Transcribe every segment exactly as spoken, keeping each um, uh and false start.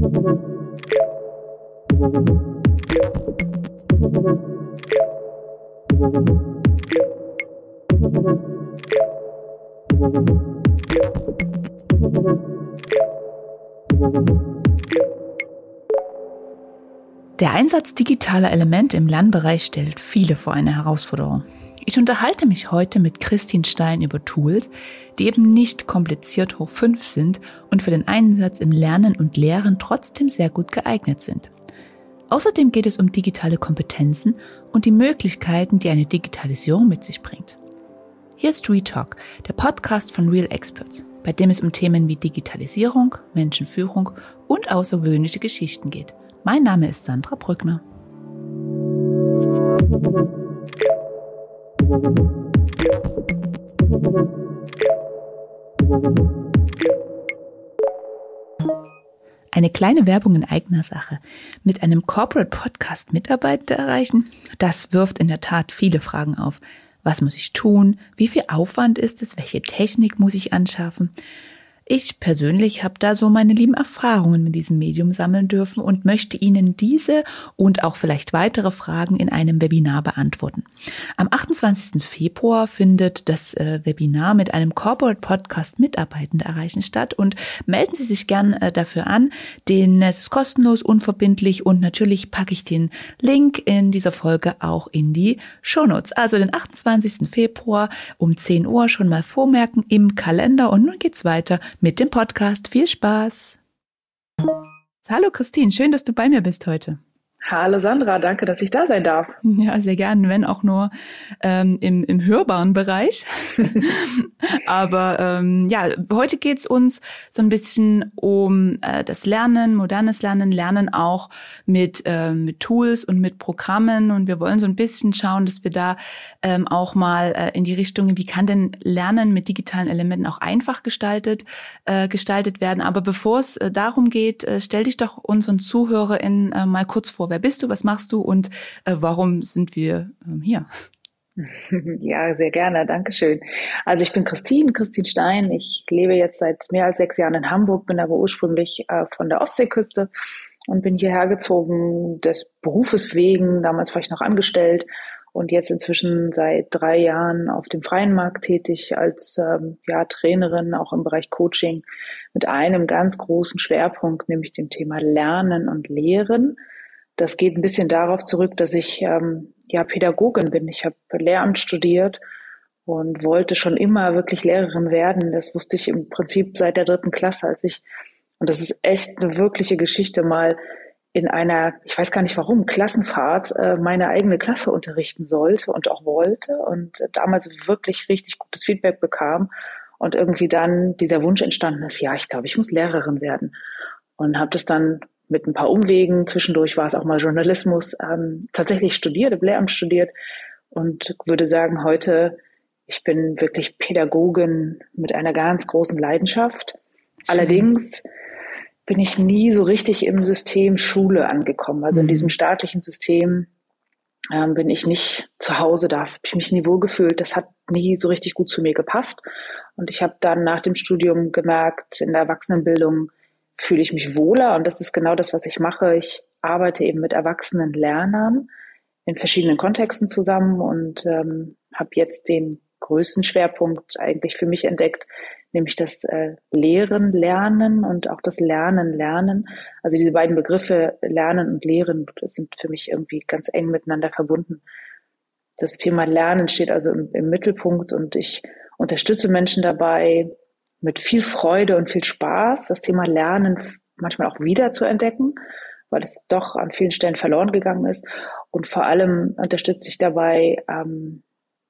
Der Einsatz digitaler Elemente im Lernbereich stellt viele vor eine Herausforderung. Ich unterhalte mich heute mit Christine Stein über Tools, die eben nicht kompliziert hoch fünf sind und für den Einsatz im Lernen und Lehren trotzdem sehr gut geeignet sind. Außerdem geht es um digitale Kompetenzen und die Möglichkeiten, die eine Digitalisierung mit sich bringt. Hier ist ReTalk, der Podcast von Real Experts, bei dem es um Themen wie Digitalisierung, Menschenführung und außergewöhnliche Geschichten geht. Mein Name ist Sandra Brückner. Eine kleine Werbung in eigener Sache. Mit einem Corporate Podcast Mitarbeiter erreichen, das wirft in der Tat viele Fragen auf. Was muss ich tun? Wie viel Aufwand ist es? Welche Technik muss ich anschaffen? Ich persönlich habe da so meine lieben Erfahrungen mit diesem Medium sammeln dürfen und möchte Ihnen diese und auch vielleicht weitere Fragen in einem Webinar beantworten. Am achtundzwanzigsten Februar findet das äh, Webinar mit einem Corporate Podcast Mitarbeitende erreichen statt und melden Sie sich gern äh, dafür an. Den, es ist kostenlos, unverbindlich und natürlich packe ich den Link in dieser Folge auch in die Shownotes. Also den achtundzwanzigsten Februar um zehn Uhr schon mal vormerken im Kalender und nun geht's weiter mit dem Podcast. Viel Spaß! Hallo Christine, schön, dass du bei mir bist heute. Hallo Sandra, danke, dass ich da sein darf. Ja, sehr gern, wenn auch nur ähm, im, im hörbaren Bereich. Aber ähm, ja, heute geht's uns so ein bisschen um äh, das Lernen, modernes Lernen, Lernen auch mit, äh, mit Tools und mit Programmen. Und wir wollen so ein bisschen schauen, dass wir da ähm, auch mal äh, in die Richtung, wie kann denn Lernen mit digitalen Elementen auch einfach gestaltet, äh, gestaltet werden. Aber bevor es äh, darum geht, äh, stell dich doch unseren ZuhörerInnen äh, mal kurz vor. Wer bist du, was machst du und äh, warum sind wir ähm, hier? Ja, sehr gerne, Dankeschön. Also ich bin Christine, Christine Stein. Ich lebe jetzt seit mehr als sechs Jahren in Hamburg, bin aber ursprünglich äh, von der Ostseeküste und bin hierher gezogen des Berufes wegen. Damals war ich noch angestellt und jetzt inzwischen seit drei Jahren auf dem freien Markt tätig als ähm, ja, Trainerin, auch im Bereich Coaching mit einem ganz großen Schwerpunkt, nämlich dem Thema Lernen und Lehren. Das geht ein bisschen darauf zurück, dass ich ähm, ja Pädagogin bin. Ich habe Lehramt studiert und wollte schon immer wirklich Lehrerin werden. Das wusste ich im Prinzip seit der dritten Klasse, als ich, und das ist echt eine wirkliche Geschichte, mal in einer, ich weiß gar nicht warum, Klassenfahrt äh, meine eigene Klasse unterrichten sollte und auch wollte und damals wirklich richtig gutes Feedback bekam und irgendwie dann dieser Wunsch entstanden ist, ja, ich glaube, ich muss Lehrerin werden und habe das dann mit ein paar Umwegen, zwischendurch war es auch mal Journalismus, ähm, tatsächlich studiert, habe Lehramt studiert und würde sagen, heute, ich bin wirklich Pädagogin mit einer ganz großen Leidenschaft. Schön. Allerdings bin ich nie so richtig im System Schule angekommen. Also mhm. in diesem staatlichen System ähm, bin ich nicht zu Hause, da habe ich mich nie wohlgefühlt. Das hat nie so richtig gut zu mir gepasst. Und ich habe dann nach dem Studium gemerkt, in der Erwachsenenbildung fühle ich mich wohler und das ist genau das, was ich mache. Ich arbeite eben mit erwachsenen Lernern in verschiedenen Kontexten zusammen und ähm, habe jetzt den größten Schwerpunkt eigentlich für mich entdeckt, nämlich das äh, Lehren, Lernen und auch das Lernen, Lernen. Also diese beiden Begriffe Lernen und Lehren, das sind für mich irgendwie ganz eng miteinander verbunden. Das Thema Lernen steht also im, im Mittelpunkt und ich unterstütze Menschen dabei, mit viel Freude und viel Spaß das Thema Lernen manchmal auch wieder zu entdecken, weil es doch an vielen Stellen verloren gegangen ist. Und vor allem unterstütze ich dabei, ähm,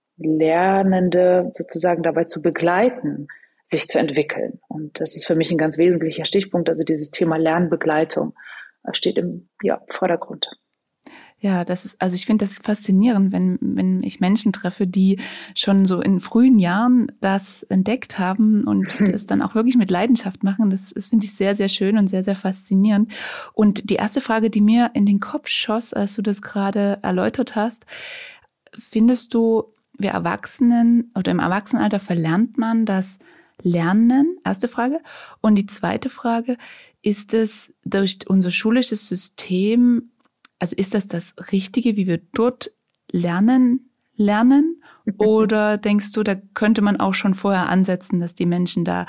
Lernende sozusagen dabei zu begleiten, sich zu entwickeln. Und das ist für mich ein ganz wesentlicher Stichpunkt. Also dieses Thema Lernbegleitung steht im ja, Vordergrund. Ja, das ist, also ich finde das faszinierend, wenn, wenn ich Menschen treffe, die schon so in frühen Jahren das entdeckt haben und es dann auch wirklich mit Leidenschaft machen. Das ist, finde ich, sehr, sehr schön und sehr, sehr faszinierend. Und die erste Frage, die mir in den Kopf schoss, als du das gerade erläutert hast, findest du, wir Erwachsenen oder im Erwachsenenalter verlernt man das lernen? Erste Frage. Und die zweite Frage, ist es durch unser schulisches System, also ist das das Richtige, wie wir dort lernen, lernen? Oder denkst du, da könnte man auch schon vorher ansetzen, dass die Menschen da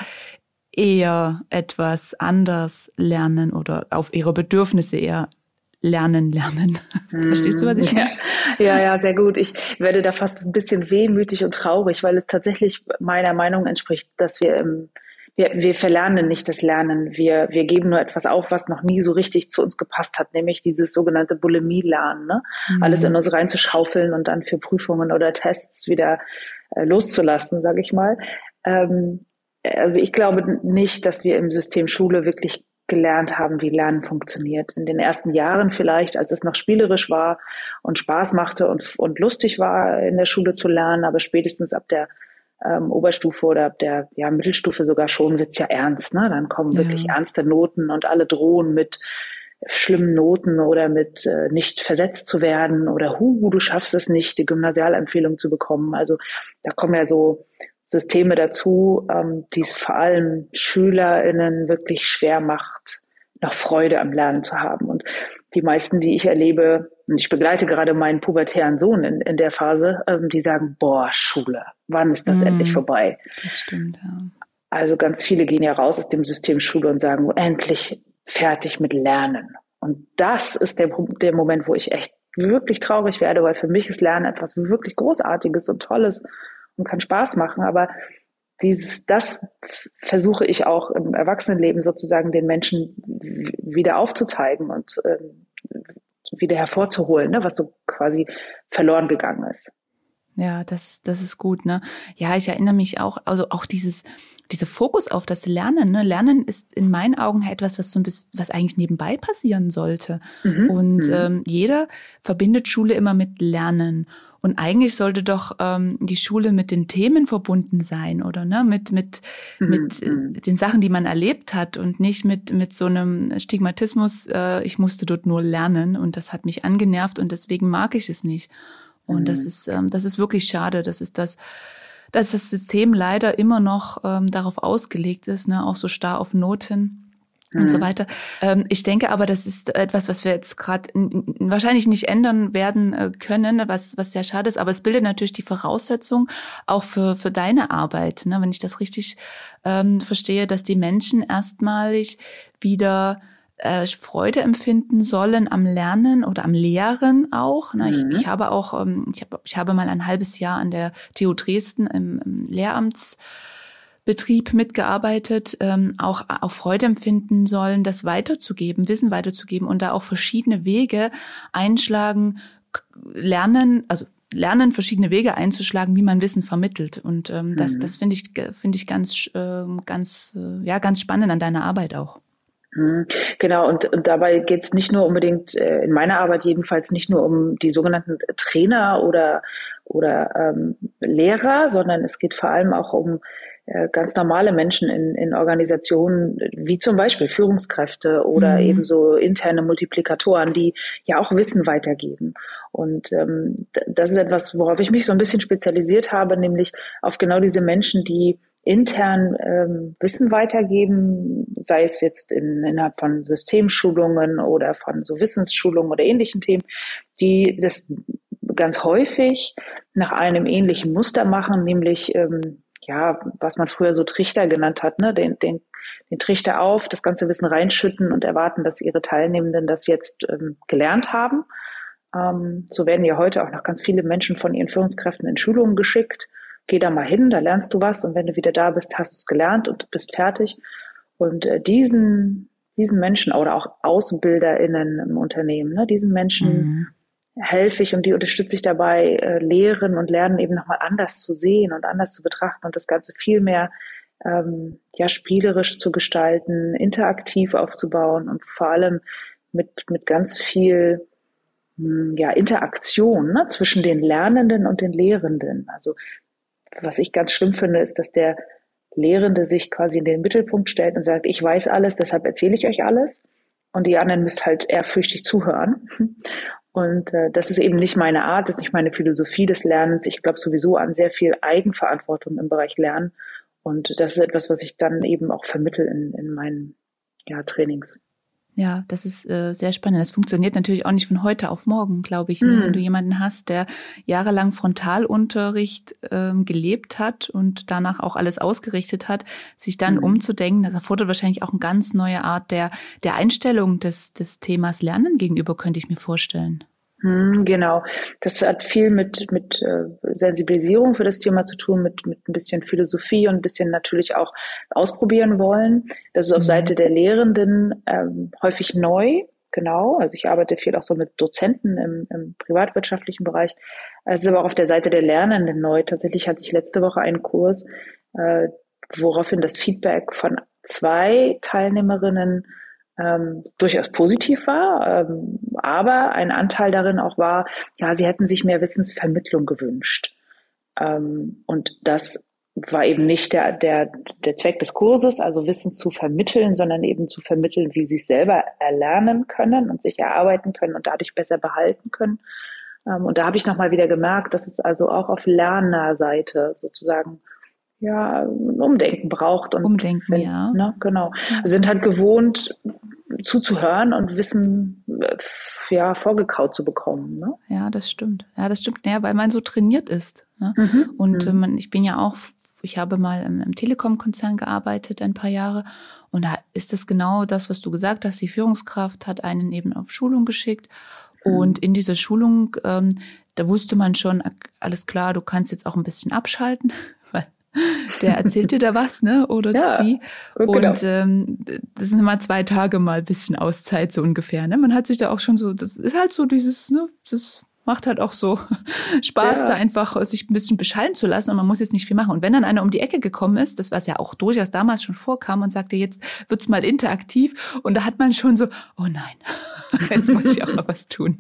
eher etwas anders lernen oder auf ihre Bedürfnisse eher lernen, lernen? Verstehst du, was ich meine? Ja, ja, sehr gut. Ich werde da fast ein bisschen wehmütig und traurig, weil es tatsächlich meiner Meinung entspricht, dass wir im Wir, wir verlernen nicht das Lernen. Wir, wir geben nur etwas auf, was noch nie so richtig zu uns gepasst hat, nämlich dieses sogenannte Bulimie-Lernen. Ne? Mhm. Alles in uns reinzuschaufeln und dann für Prüfungen oder Tests wieder äh, loszulassen, sage ich mal. Ähm, also ich glaube nicht, dass wir im System Schule wirklich gelernt haben, wie Lernen funktioniert. In den ersten Jahren vielleicht, als es noch spielerisch war und Spaß machte und, und lustig war, in der Schule zu lernen, aber spätestens ab der Ähm, Oberstufe oder ab der ja, Mittelstufe sogar schon wird's ja ernst, ne? Dann kommen Ja. wirklich ernste Noten und alle drohen mit schlimmen Noten oder mit äh, nicht versetzt zu werden oder hu, du schaffst es nicht, die Gymnasialempfehlung zu bekommen. Also da kommen ja so Systeme dazu, ähm, die es vor allem SchülerInnen wirklich schwer macht, noch Freude am Lernen zu haben. Und die meisten, die ich erlebe, und ich begleite gerade meinen pubertären Sohn in, in der Phase, ähm, die sagen, boah, Schule, wann ist das mm, endlich vorbei? Das stimmt, ja. Also ganz viele gehen ja raus aus dem System Schule und sagen, endlich fertig mit Lernen. Und das ist der, der Moment, wo ich echt wirklich traurig werde, weil für mich ist Lernen etwas wirklich Großartiges und Tolles und kann Spaß machen, aber dieses, das versuche ich auch im Erwachsenenleben sozusagen den Menschen wieder aufzuzeigen und ähm, wieder hervorzuholen, ne, was so quasi verloren gegangen ist. Ja, das, das ist gut, ne? Ja, ich erinnere mich auch, also auch dieses, dieser Fokus auf das Lernen, ne? Lernen ist in meinen Augen etwas, was so ein bisschen, was eigentlich nebenbei passieren sollte. Mhm. Und mhm. ähm, jeder verbindet Schule immer mit Lernen. Und eigentlich sollte doch ähm, die Schule mit den Themen verbunden sein, oder ne, mit mit mhm. mit äh, den Sachen, die man erlebt hat und nicht mit mit so einem Stigmatismus. Äh, ich musste dort nur lernen und das hat mich angenervt und deswegen mag ich es nicht. Und mhm. das ist ähm, das ist wirklich schade. Das ist das, dass das System leider immer noch ähm, darauf ausgelegt ist, ne, auch so starr auf Noten. Und mhm. so weiter. Ich denke aber, das ist etwas, was wir jetzt gerade wahrscheinlich nicht ändern werden können, was was sehr schade ist. Aber es bildet natürlich die Voraussetzung auch für für deine Arbeit, ne? Wenn ich das richtig ähm, verstehe, dass die Menschen erstmalig wieder äh, Freude empfinden sollen am Lernen oder am Lehren auch. Ne? Mhm. Ich, ich habe auch, ähm, ich habe ich habe mal ein halbes Jahr an der T U Dresden im, im Lehramts Betrieb mitgearbeitet, ähm, auch, auch Freude empfinden sollen, das weiterzugeben, Wissen weiterzugeben und da auch verschiedene Wege einschlagen, lernen, also lernen, verschiedene Wege einzuschlagen, wie man Wissen vermittelt. Und ähm, das, mhm. das finde ich, finde ich ganz, äh, ganz, äh, ja, ganz spannend an deiner Arbeit auch. Genau, und, und dabei geht es nicht nur unbedingt, äh, in meiner Arbeit jedenfalls, nicht nur um die sogenannten Trainer oder, oder ähm, Lehrer, sondern es geht vor allem auch um äh, ganz normale Menschen in, in Organisationen, wie zum Beispiel Führungskräfte oder mhm. eben so interne Multiplikatoren, die ja auch Wissen weitergeben. Und ähm, das ist etwas, worauf ich mich so ein bisschen spezialisiert habe, nämlich auf genau diese Menschen, die intern ähm, Wissen weitergeben, sei es jetzt in, innerhalb von Systemschulungen oder von so Wissensschulungen oder ähnlichen Themen, die das ganz häufig nach einem ähnlichen Muster machen, nämlich ähm, ja, was man früher so Trichter genannt hat, ne, den, den, den Trichter auf, das ganze Wissen reinschütten und erwarten, dass ihre Teilnehmenden das jetzt ähm, gelernt haben. Ähm, so werden ja heute auch noch ganz viele Menschen von ihren Führungskräften in Schulungen geschickt. Geh da mal hin, da lernst du was und wenn du wieder da bist, hast du es gelernt und bist fertig. Und äh, diesen, diesen Menschen oder auch AusbilderInnen im Unternehmen, ne, diesen Menschen mhm. helfe ich und die unterstütze ich dabei, äh, lehren und lernen eben nochmal anders zu sehen und anders zu betrachten und das Ganze viel mehr ähm, ja spielerisch zu gestalten, interaktiv aufzubauen und vor allem mit mit ganz viel mh, ja Interaktion, ne, zwischen den Lernenden und den Lehrenden. Also was ich ganz schlimm finde, ist, dass der Lehrende sich quasi in den Mittelpunkt stellt und sagt, ich weiß alles, deshalb erzähle ich euch alles. Und die anderen müsst halt ehrfürchtig zuhören. Und äh, das ist eben nicht meine Art, das ist nicht meine Philosophie des Lernens. Ich glaube sowieso an sehr viel Eigenverantwortung im Bereich Lernen. Und das ist etwas, was ich dann eben auch vermittle in, in meinen ja, Trainings. Ja, das ist äh, sehr spannend. Das funktioniert natürlich auch nicht von heute auf morgen, glaube ich. Ne? Hm. Wenn du jemanden hast, der jahrelang Frontalunterricht ähm, gelebt hat und danach auch alles ausgerichtet hat, sich dann Hm. umzudenken, das erfordert wahrscheinlich auch eine ganz neue Art der der Einstellung des des Themas Lernen gegenüber, könnte ich mir vorstellen. Hm, genau. Das hat viel mit, mit äh, Sensibilisierung für das Thema zu tun, mit, mit ein bisschen Philosophie und ein bisschen natürlich auch ausprobieren wollen. Das ist auf Mhm. Seite der Lehrenden ähm, häufig neu. Genau. Also ich arbeite viel auch so mit Dozenten im, im privatwirtschaftlichen Bereich. Es ist aber auch auf der Seite der Lernenden neu. Tatsächlich hatte ich letzte Woche einen Kurs, äh, woraufhin das Feedback von zwei Teilnehmerinnen ähm, durchaus positiv war, ähm, aber ein Anteil darin auch war, ja, sie hätten sich mehr Wissensvermittlung gewünscht. Ähm, und das war eben nicht der, der, der Zweck des Kurses, also Wissen zu vermitteln, sondern eben zu vermitteln, wie sie es selber erlernen können und sich erarbeiten können und dadurch besser behalten können. Ähm, und da habe ich nochmal wieder gemerkt, dass es also auch auf Lernerseite sozusagen ja, ein Umdenken braucht und Umdenken, wenn, ja. ne, genau. Ja. Wir sind halt gewohnt zuzuhören und Wissen äh, ja vorgekaut zu bekommen, ne? Ja, das stimmt. Ja, das stimmt. Ja, weil man so trainiert ist. Ne? Mhm. Und äh, Mhm. man, ich bin ja auch, ich habe mal im, im Telekom-Konzern gearbeitet ein paar Jahre. Und da ist es genau das, was du gesagt hast. Die Führungskraft hat einen eben auf Schulung geschickt. Und in dieser Schulung, ähm, da wusste man schon, alles klar, du kannst jetzt auch ein bisschen abschalten, weil der erzählt dir da was, ne? Oder Ja, sie. genau. Und ähm, das sind mal zwei Tage mal ein bisschen Auszeit so ungefähr. Ne? Man hat sich da auch schon so, das ist halt so dieses, ne, das macht halt auch so Spaß, Ja. da einfach sich ein bisschen beschallen zu lassen und man muss jetzt nicht viel machen. Und wenn dann einer um die Ecke gekommen ist, das was ja auch durchaus damals schon vorkam und sagte, jetzt wird's mal interaktiv und da hat man schon so, oh nein, jetzt muss ich auch noch was tun.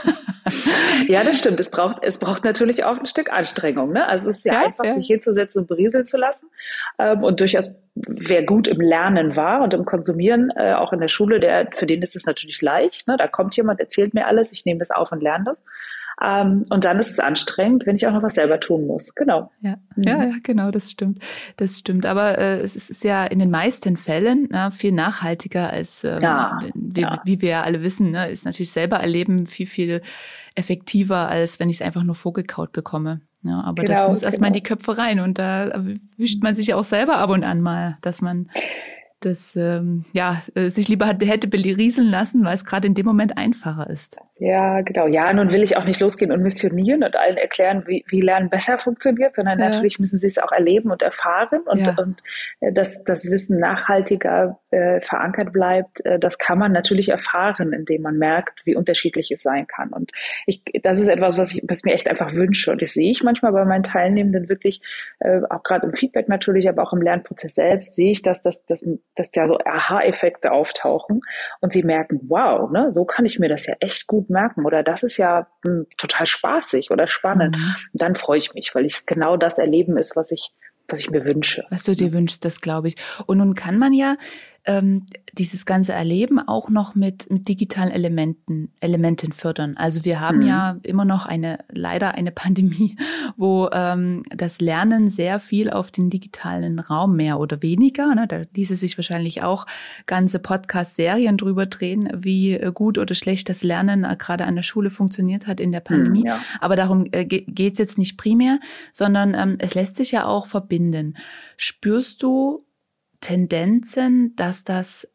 Ja, das stimmt. Es braucht, es braucht natürlich auch ein Stück Anstrengung, ne? Also es ist ja, Ja, einfach, ja. sich hinzusetzen und berieseln zu lassen. Ähm, und durchaus, wer gut im Lernen war und im Konsumieren, äh, auch in der Schule, der, für den ist es natürlich leicht, ne? Da kommt jemand, erzählt mir alles, ich nehme das auf und lerne das. Ähm, und dann ist es anstrengend, wenn ich auch noch was selber tun muss. Genau. Ja, Mhm. ja, ja, genau, das stimmt. Das stimmt. Aber äh, es ist ja in den meisten Fällen na, viel nachhaltiger als, ähm, Ja, wie, ja. wie wir ja alle wissen, ne, ist natürlich selber erleben viel, viel effektiver, als wenn ich es einfach nur vorgekaut bekomme. Ja, aber das Genau, muss erstmal in genau. die Köpfe rein und da wischt man sich ja auch selber ab und an mal, dass man das ähm, ja äh, sich lieber hat, hätte berieseln lassen, weil es gerade in dem Moment einfacher ist. Ja, genau. Ja, nun will ich auch nicht losgehen und missionieren und allen erklären, wie, wie Lernen besser funktioniert, sondern Ja. natürlich müssen sie es auch erleben und erfahren und, Ja. und äh, dass das Wissen nachhaltiger äh, verankert bleibt, äh, das kann man natürlich erfahren, indem man merkt, wie unterschiedlich es sein kann. Und ich, das ist etwas, was ich, was ich mir echt einfach wünsche. Und das sehe ich manchmal bei meinen Teilnehmenden wirklich, äh, auch gerade im Feedback natürlich, aber auch im Lernprozess selbst, sehe ich, dass, dass, dass, dass da so Aha-Effekte auftauchen und sie merken, wow, ne, so kann ich mir das ja echt gut merken oder das ist ja mh, total spaßig oder spannend. Mhm. Und dann freue ich mich, weil es genau das Erleben ist, was ich, was ich mir wünsche. Was du dir wünschst, das glaube ich. Und nun kann man ja ähm, dieses ganze Erleben auch noch mit, mit digitalen Elementen, Elementen fördern. Also wir haben Mhm. ja immer noch eine, leider eine Pandemie, wo ähm, das Lernen sehr viel auf den digitalen Raum mehr oder weniger, ne, da ließe sich wahrscheinlich auch ganze Podcast-Serien drüber drehen, wie gut oder schlecht das Lernen äh, gerade an der Schule funktioniert hat in der Pandemie. Mhm, ja. Aber darum äh, geht es jetzt nicht primär, sondern ähm, es lässt sich ja auch verbinden. Spürst du Tendenzen, dass das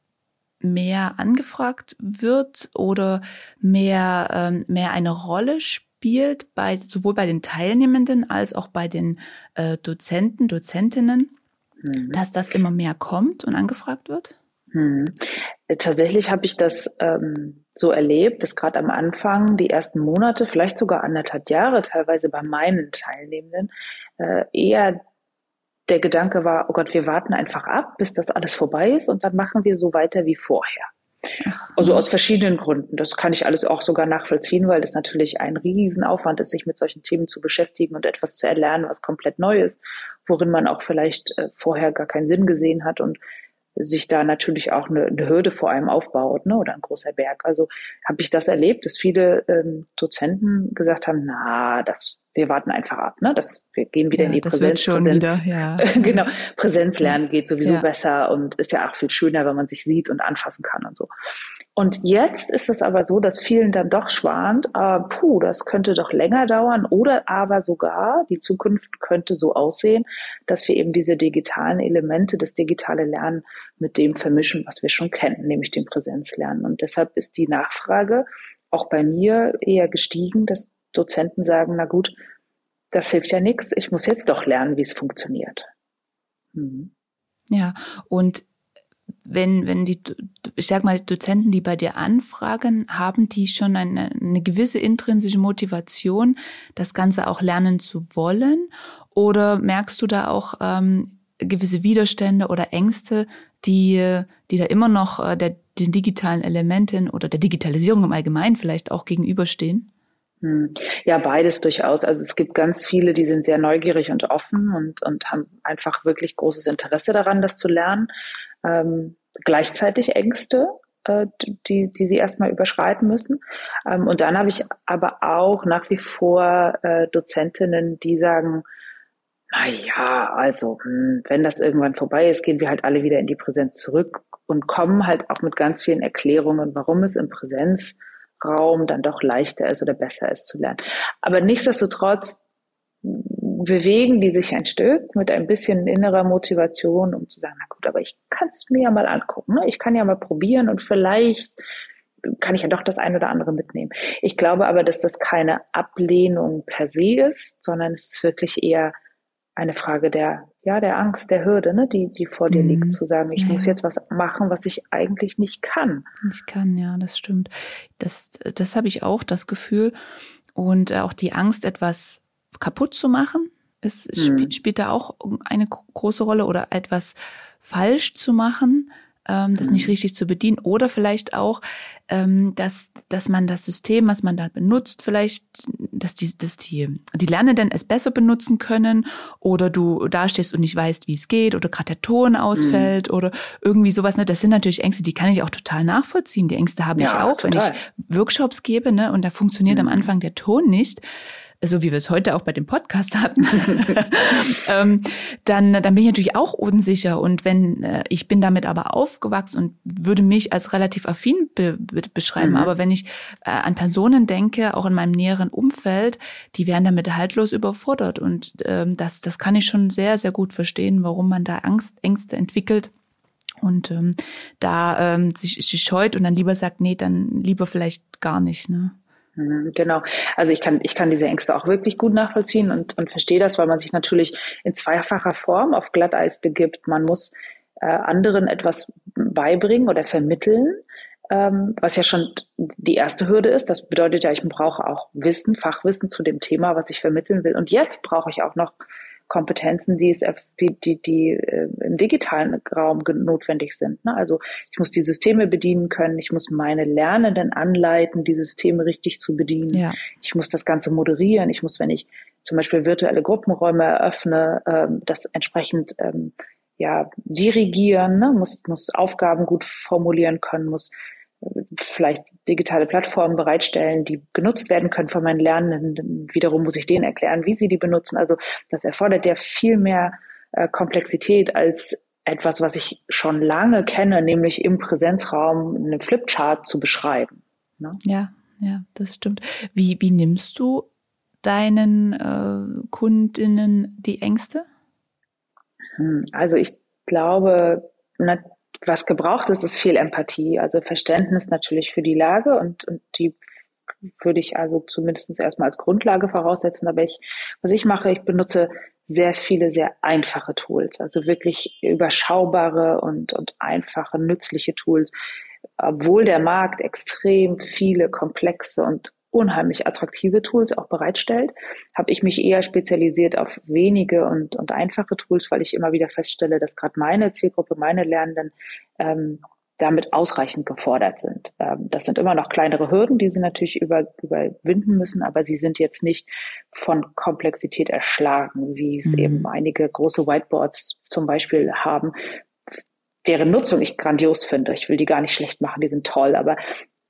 mehr angefragt wird oder mehr, ähm, mehr eine Rolle spielt, bei, sowohl bei den Teilnehmenden als auch bei den äh, Dozenten, Dozentinnen, Mhm. dass das immer mehr kommt und angefragt wird? Mhm. Tatsächlich habe ich das ähm, so erlebt, dass gerade am Anfang, die ersten Monate, vielleicht sogar anderthalb Jahre teilweise bei meinen Teilnehmenden, äh, eher der Gedanke war, oh Gott, wir warten einfach ab, bis das alles vorbei ist und dann machen wir so weiter wie vorher. Ach, Also aus verschiedenen Gründen. Das kann ich alles auch sogar nachvollziehen, weil das natürlich ein Riesenaufwand ist, sich mit solchen Themen zu beschäftigen und etwas zu erlernen, was komplett neu ist, worin man auch vielleicht äh, vorher gar keinen Sinn gesehen hat und sich da natürlich auch eine, eine Hürde vor einem aufbaut, ne, oder ein großer Berg. Also habe ich das erlebt, dass viele ähm, Dozenten gesagt haben, na, das wir warten einfach ab, ne? Das, wir gehen wieder ja, in die das Präsenz. Wird schon Präsenz, wieder, ja. genau. Präsenzlernen geht sowieso ja. besser und ist ja auch viel schöner, wenn man sich sieht und anfassen kann und so. Und jetzt ist es aber so, dass vielen dann doch schwant, äh, puh, das könnte doch länger dauern oder aber sogar die Zukunft könnte so aussehen, dass wir eben diese digitalen Elemente, das digitale Lernen mit dem vermischen, was wir schon kennen, nämlich dem Präsenzlernen. Und deshalb ist die Nachfrage auch bei mir eher gestiegen, dass Dozenten sagen, na gut, das hilft ja nichts, ich muss jetzt doch lernen, wie es funktioniert. Mhm. Ja, und wenn, wenn die, ich sag mal, Dozenten, die bei dir anfragen, haben die schon eine, eine gewisse intrinsische Motivation, das Ganze auch lernen zu wollen? Oder merkst du da auch ähm, gewisse Widerstände oder Ängste, die, die da immer noch äh, der, den digitalen Elementen oder der Digitalisierung im Allgemeinen vielleicht auch gegenüberstehen? Ja, beides durchaus. Also es gibt ganz viele, die sind sehr neugierig und offen und, und haben einfach wirklich großes Interesse daran, das zu lernen. Ähm, gleichzeitig Ängste, äh, die, die sie erstmal überschreiten müssen. Ähm, und dann habe ich aber auch nach wie vor äh, Dozentinnen, die sagen, na ja, also hm, wenn das irgendwann vorbei ist, gehen wir halt alle wieder in die Präsenz zurück und kommen halt auch mit ganz vielen Erklärungen, warum es im Präsenzraum dann doch leichter ist oder besser ist zu lernen. Aber nichtsdestotrotz bewegen die sich ein Stück mit ein bisschen innerer Motivation, um zu sagen, na gut, aber ich kann es mir ja mal angucken, ne? Ich kann ja mal probieren und vielleicht kann ich ja doch das ein oder andere mitnehmen. Ich glaube aber, dass das keine Ablehnung per se ist, sondern es ist wirklich eher eine Frage der, ja, der Angst, der Hürde, ne, die, die vor dir Mhm. liegt, zu sagen, ich ja, muss ja. jetzt was machen, was ich eigentlich nicht kann. Ich kann, ja, das stimmt. Das, das habe ich auch, das Gefühl. Und auch die Angst, etwas kaputt zu machen, ist, Hm. spielt da auch eine große Rolle oder etwas falsch zu machen, ähm, das Hm. nicht richtig zu bedienen oder vielleicht auch, ähm, dass, dass man das System, was man da benutzt, vielleicht, dass die, dass die, die Lernenden es besser benutzen können oder du dastehst und nicht weißt, wie es geht oder gerade der Ton ausfällt hm. oder irgendwie sowas. Ne? Das sind natürlich Ängste, die kann ich auch total nachvollziehen. Die Ängste habe Ja, ich auch, total. wenn ich Workshops gebe, ne, und da funktioniert hm. am Anfang der Ton nicht, so wie wir es heute auch bei dem Podcast hatten, ähm, dann, dann bin ich natürlich auch unsicher. Und wenn äh, ich bin damit aber aufgewachsen und würde mich als relativ affin be- be- beschreiben, mhm. aber wenn ich äh, an Personen denke, auch in meinem näheren Umfeld, die wären damit haltlos überfordert. Und ähm, das, das kann ich schon sehr, sehr gut verstehen, warum man da Angst, Ängste entwickelt. Und ähm, da ähm, sich, sich scheut und dann lieber sagt, nee, dann lieber vielleicht gar nicht, ne? Genau. Also ich kann, ich kann diese Ängste auch wirklich gut nachvollziehen und, und verstehe das, weil man sich natürlich in zweifacher Form auf Glatteis begibt. Man muss äh, anderen etwas beibringen oder vermitteln, ähm, was ja schon die erste Hürde ist. Das bedeutet ja, ich brauche auch Wissen, Fachwissen zu dem Thema, was ich vermitteln will. Und jetzt brauche ich auch noch Kompetenzen, die es, die, die, die äh, im digitalen Raum notwendig sind. Ne? Also ich muss die Systeme bedienen können, ich muss meine Lernenden anleiten, die Systeme richtig zu bedienen. Ja. Ich muss das Ganze moderieren. Ich muss, wenn ich zum Beispiel virtuelle Gruppenräume eröffne, ähm, das entsprechend ähm, ja dirigieren, ne? muss, muss Aufgaben gut formulieren können, muss vielleicht digitale Plattformen bereitstellen, die genutzt werden können von meinen Lernenden. Wiederum muss ich denen erklären, wie sie die benutzen. Also das erfordert ja viel mehr äh, Komplexität als etwas, was ich schon lange kenne, nämlich im Präsenzraum einen Flipchart zu beschreiben. Ne? Ja, ja, das stimmt. Wie, wie nimmst du deinen äh, Kundinnen die Ängste? Also ich glaube, na, was gebraucht ist, ist viel Empathie, also Verständnis natürlich für die Lage und, und die würde ich also zumindest erstmal als Grundlage voraussetzen. Aber ich, was ich mache, ich benutze sehr viele, sehr einfache Tools, also wirklich überschaubare und, und einfache, nützliche Tools. Obwohl der Markt extrem viele komplexe und unheimlich attraktive Tools auch bereitstellt, habe ich mich eher spezialisiert auf wenige und, und einfache Tools, weil ich immer wieder feststelle, dass gerade meine Zielgruppe, meine Lernenden ähm, damit ausreichend gefordert sind. Ähm, das sind immer noch kleinere Hürden, die sie natürlich über, überwinden müssen, aber sie sind jetzt nicht von Komplexität erschlagen, wie es mhm. eben einige große Whiteboards zum Beispiel haben, deren Nutzung ich grandios finde. Ich will die gar nicht schlecht machen, die sind toll, aber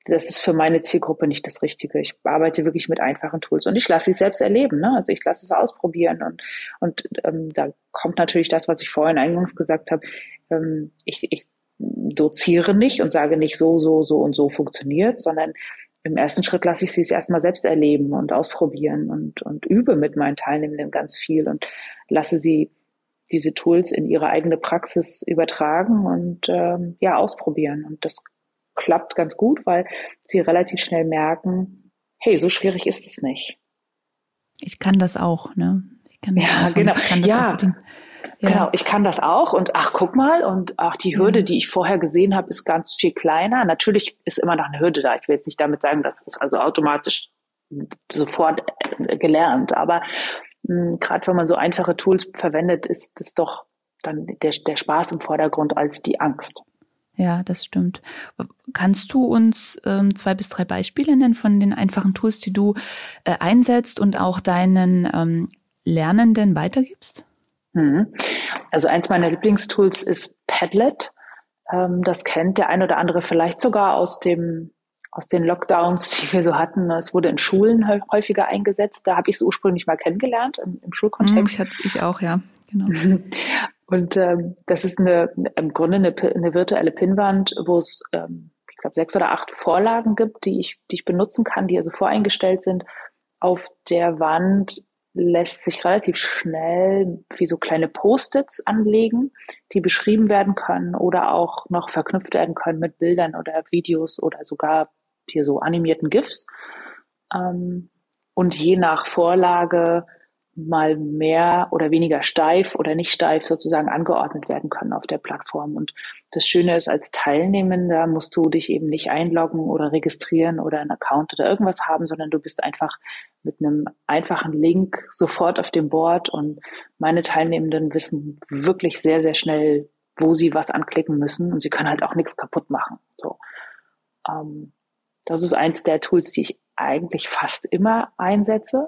das ist für meine Zielgruppe nicht das Richtige. Ich arbeite wirklich mit einfachen Tools und ich lasse sie selbst erleben, ne? Also ich lasse es ausprobieren und und ähm, da kommt natürlich das, was ich vorhin eingangs gesagt habe. Ähm, ich, ich doziere nicht und sage nicht so, so, so und so funktioniert, sondern im ersten Schritt lasse ich sie es erstmal selbst erleben und ausprobieren und und übe mit meinen Teilnehmenden ganz viel und lasse sie diese Tools in ihre eigene Praxis übertragen und ähm, ja ausprobieren. Und das klappt ganz gut, weil sie relativ schnell merken, hey, so schwierig ist es nicht. Ich kann das auch, ne? Ich kann das Ja, auch genau. und kann das Ja, auch bedienen. Ja. Genau, ich kann das auch und ach, guck mal, und ach, die Hürde, Ja. die ich vorher gesehen habe, ist ganz viel kleiner. Natürlich ist immer noch eine Hürde da. Ich will jetzt nicht damit sagen, das ist also automatisch sofort äh, gelernt, aber gerade wenn man so einfache Tools verwendet, ist das doch dann der, der Spaß im Vordergrund als die Angst. Ja, das stimmt. Kannst du uns ähm, zwei bis drei Beispiele nennen von den einfachen Tools, die du äh, einsetzt und auch deinen ähm, Lernenden weitergibst? Mhm. Also eins meiner Lieblingstools ist Padlet. Ähm, das kennt der ein oder andere vielleicht sogar aus dem aus den Lockdowns, die wir so hatten. Es wurde in Schulen häufiger eingesetzt. Da habe ich es ursprünglich mal kennengelernt im, im Schulkontext. Ich, hatte, ich auch, ja, genau. Und ähm, das ist eine im Grunde eine, eine virtuelle Pinnwand, wo es, ähm, ich glaube, sechs oder acht Vorlagen gibt, die ich, die ich benutzen kann, die also voreingestellt sind. Auf der Wand lässt sich relativ schnell wie so kleine Post-its anlegen, die beschrieben werden können oder auch noch verknüpft werden können mit Bildern oder Videos oder sogar hier so animierten GIFs. Ähm, und je nach Vorlage mal mehr oder weniger steif oder nicht steif sozusagen angeordnet werden können auf der Plattform. Und das Schöne ist, als Teilnehmender musst du dich eben nicht einloggen oder registrieren oder einen Account oder irgendwas haben, sondern du bist einfach mit einem einfachen Link sofort auf dem Board und meine Teilnehmenden wissen wirklich sehr, sehr schnell, wo sie was anklicken müssen und sie können halt auch nichts kaputt machen. So. Ähm, das ist eins der Tools, die ich eigentlich fast immer einsetze,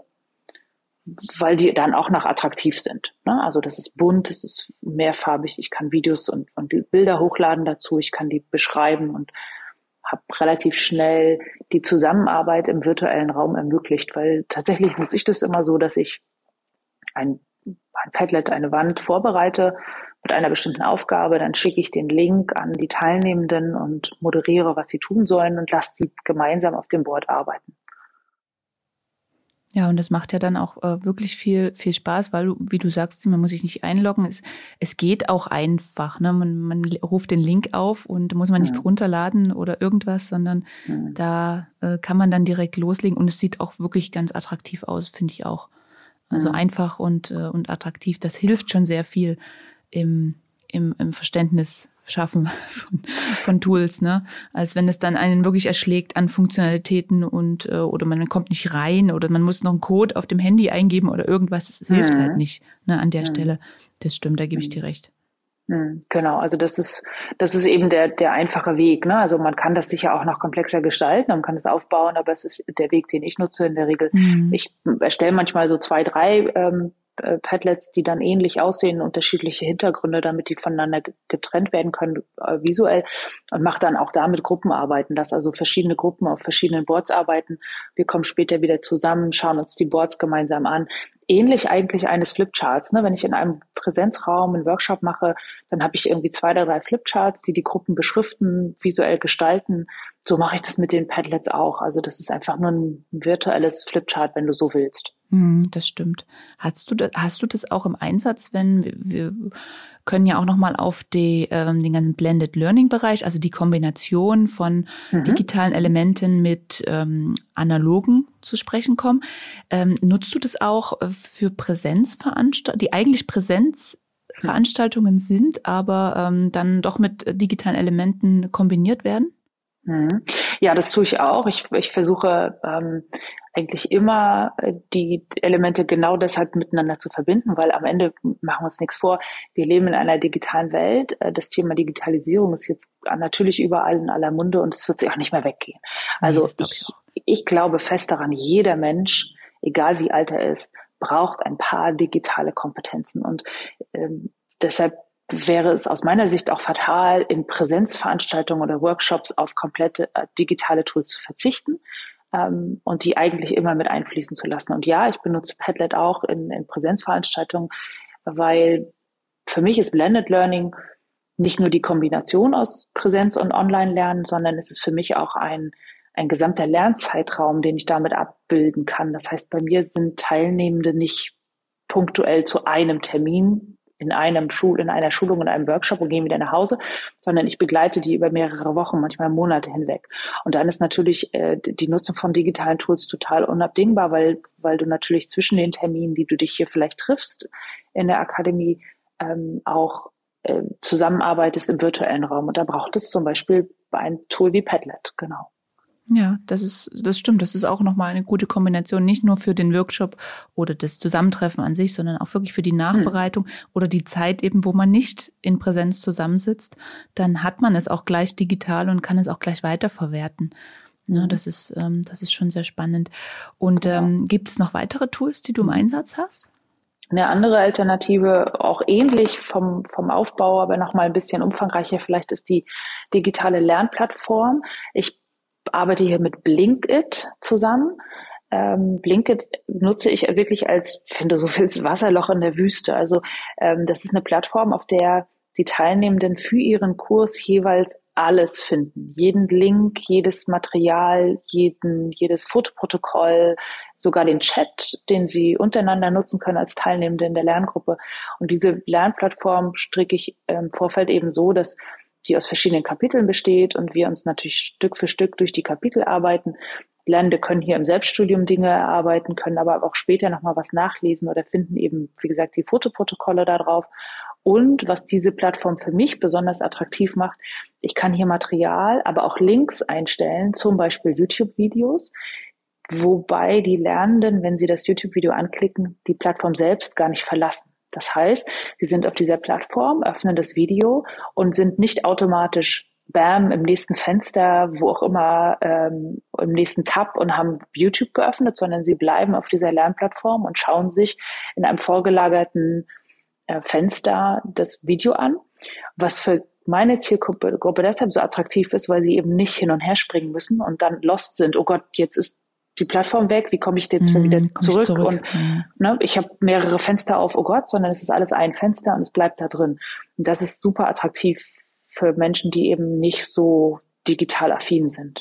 weil die dann auch noch attraktiv sind. Ne? Also das ist bunt, es ist mehrfarbig, ich kann Videos und, und Bilder hochladen dazu, ich kann die beschreiben und habe relativ schnell die Zusammenarbeit im virtuellen Raum ermöglicht, weil tatsächlich nutze ich das immer so, dass ich ein, ein Padlet, eine Wand vorbereite mit einer bestimmten Aufgabe, dann schicke ich den Link an die Teilnehmenden und moderiere, was sie tun sollen und lasse sie gemeinsam auf dem Board arbeiten. Ja, und das macht ja dann auch äh, wirklich viel viel Spaß, weil, du, wie du sagst, man muss sich nicht einloggen. Es, es geht auch einfach. Ne? Man, man ruft den Link auf und da muss man nichts Mhm. runterladen oder irgendwas, sondern Mhm. da äh, kann man dann direkt loslegen. Und es sieht auch wirklich ganz attraktiv aus, finde ich auch. Also Mhm. einfach und, äh, und attraktiv. Das hilft schon sehr viel im, im, im Verständnis schaffen von, von Tools, ne? Als wenn es dann einen wirklich erschlägt an Funktionalitäten und äh, oder man kommt nicht rein oder man muss noch einen Code auf dem Handy eingeben oder irgendwas. Es hilft Mhm. halt nicht, ne, an der Mhm. Stelle. Das stimmt, da gebe ich Mhm. dir recht. Genau, also das ist, das ist eben der, der einfache Weg, ne? Also man kann das sicher auch noch komplexer gestalten, man kann es aufbauen, aber es ist der Weg, den ich nutze in der Regel. Mhm. Ich erstelle manchmal so zwei, drei ähm, äh, Padlets, die dann ähnlich aussehen, unterschiedliche Hintergründe, damit die voneinander getrennt werden können, äh, visuell, und mache dann auch damit Gruppenarbeiten, dass also verschiedene Gruppen auf verschiedenen Boards arbeiten. Wir kommen später wieder zusammen, schauen uns die Boards gemeinsam an. Ähnlich eigentlich eines Flipcharts, ne? Wenn ich in einem Präsenzraum einen Workshop mache, dann habe ich irgendwie zwei oder drei Flipcharts, die die Gruppen beschriften, visuell gestalten. So mache ich das mit den Padlets auch. Also das ist einfach nur ein virtuelles Flipchart, wenn du so willst. Das stimmt. Hast du das, hast du das auch im Einsatz, wenn wir, wir können ja auch nochmal auf die, ähm, den ganzen Blended Learning Bereich, also die Kombination von Mhm. digitalen Elementen mit ähm, analogen zu sprechen kommen. Ähm, nutzt du das auch für Präsenzveranstaltungen, die eigentlich Präsenzveranstaltungen sind, aber ähm, dann doch mit digitalen Elementen kombiniert werden? Mhm. Ja, das tue ich auch. Ich, ich versuche ähm, eigentlich immer äh, die Elemente genau deshalb miteinander zu verbinden, weil am Ende machen wir uns nichts vor. Wir leben in einer digitalen Welt. Äh, Das Thema Digitalisierung ist jetzt natürlich überall in aller Munde und es wird sich auch nicht mehr weggehen. Nee, Also das glaube ich ich, auch. ich glaube fest daran, jeder Mensch, egal wie alt er ist, braucht ein paar digitale Kompetenzen und ähm, deshalb wäre es aus meiner Sicht auch fatal, in Präsenzveranstaltungen oder Workshops auf komplette äh, digitale Tools zu verzichten ähm, und die eigentlich immer mit einfließen zu lassen. Und ja, ich benutze Padlet auch in, in Präsenzveranstaltungen, weil für mich ist Blended Learning nicht nur die Kombination aus Präsenz- und Online-Lernen, sondern es ist für mich auch ein, ein gesamter Lernzeitraum, den ich damit abbilden kann. Das heißt, bei mir sind Teilnehmende nicht punktuell zu einem Termin in einem Schul, in einer Schulung, in einem Workshop und gehen wieder nach Hause, sondern ich begleite die über mehrere Wochen, manchmal Monate hinweg. Und dann ist natürlich äh, die Nutzung von digitalen Tools total unabdingbar, weil, weil du natürlich zwischen den Terminen, die du dich hier vielleicht triffst in der Akademie, ähm, auch äh, zusammenarbeitest im virtuellen Raum. Und da braucht es zum Beispiel ein Tool wie Padlet, genau. Ja, das ist, das stimmt. Das ist auch nochmal eine gute Kombination, nicht nur für den Workshop oder das Zusammentreffen an sich, sondern auch wirklich für die Nachbereitung hm. oder die Zeit eben, wo man nicht in Präsenz zusammensitzt. Dann hat man es auch gleich digital und kann es auch gleich weiterverwerten. Ja, hm. das ist, ähm, das ist schon sehr spannend. Und genau. ähm, gibt es noch weitere Tools, die du im Einsatz hast? Eine andere Alternative, auch ähnlich vom, vom Aufbau, aber nochmal ein bisschen umfangreicher, vielleicht ist die digitale Lernplattform. Ich arbeite hier mit Blinkit zusammen. Ähm, Blinkit nutze ich wirklich als, wenn du so willst, Wasserloch in der Wüste. Also ähm, das ist eine Plattform, auf der die Teilnehmenden für ihren Kurs jeweils alles finden. Jeden Link, jedes Material, jeden, jedes Fotoprotokoll, sogar den Chat, den sie untereinander nutzen können als Teilnehmende in der Lerngruppe. Und diese Lernplattform stricke ich im Vorfeld eben so, dass die aus verschiedenen Kapiteln besteht und wir uns natürlich Stück für Stück durch die Kapitel arbeiten. Lernende können hier im Selbststudium Dinge erarbeiten, können aber auch später nochmal was nachlesen oder finden eben, wie gesagt, die Fotoprotokolle da drauf. Und was diese Plattform für mich besonders attraktiv macht, ich kann hier Material, aber auch Links einstellen, zum Beispiel YouTube-Videos, wobei die Lernenden, wenn sie das YouTube-Video anklicken, die Plattform selbst gar nicht verlassen. Das heißt, sie sind auf dieser Plattform, öffnen das Video und sind nicht automatisch bam im nächsten Fenster, wo auch immer, ähm, im nächsten Tab und haben YouTube geöffnet, sondern sie bleiben auf dieser Lernplattform und schauen sich in einem vorgelagerten äh, Fenster das Video an, was für meine Zielgruppe Gruppe deshalb so attraktiv ist, weil sie eben nicht hin und her springen müssen und dann lost sind. Oh Gott, jetzt ist die Plattform weg, wie komme ich jetzt mm, wieder zurück? zurück? Und mm. ne, ich habe mehrere Fenster auf, oh Gott, sondern es ist alles ein Fenster und es bleibt da drin. Und das ist super attraktiv für Menschen, die eben nicht so digital affin sind.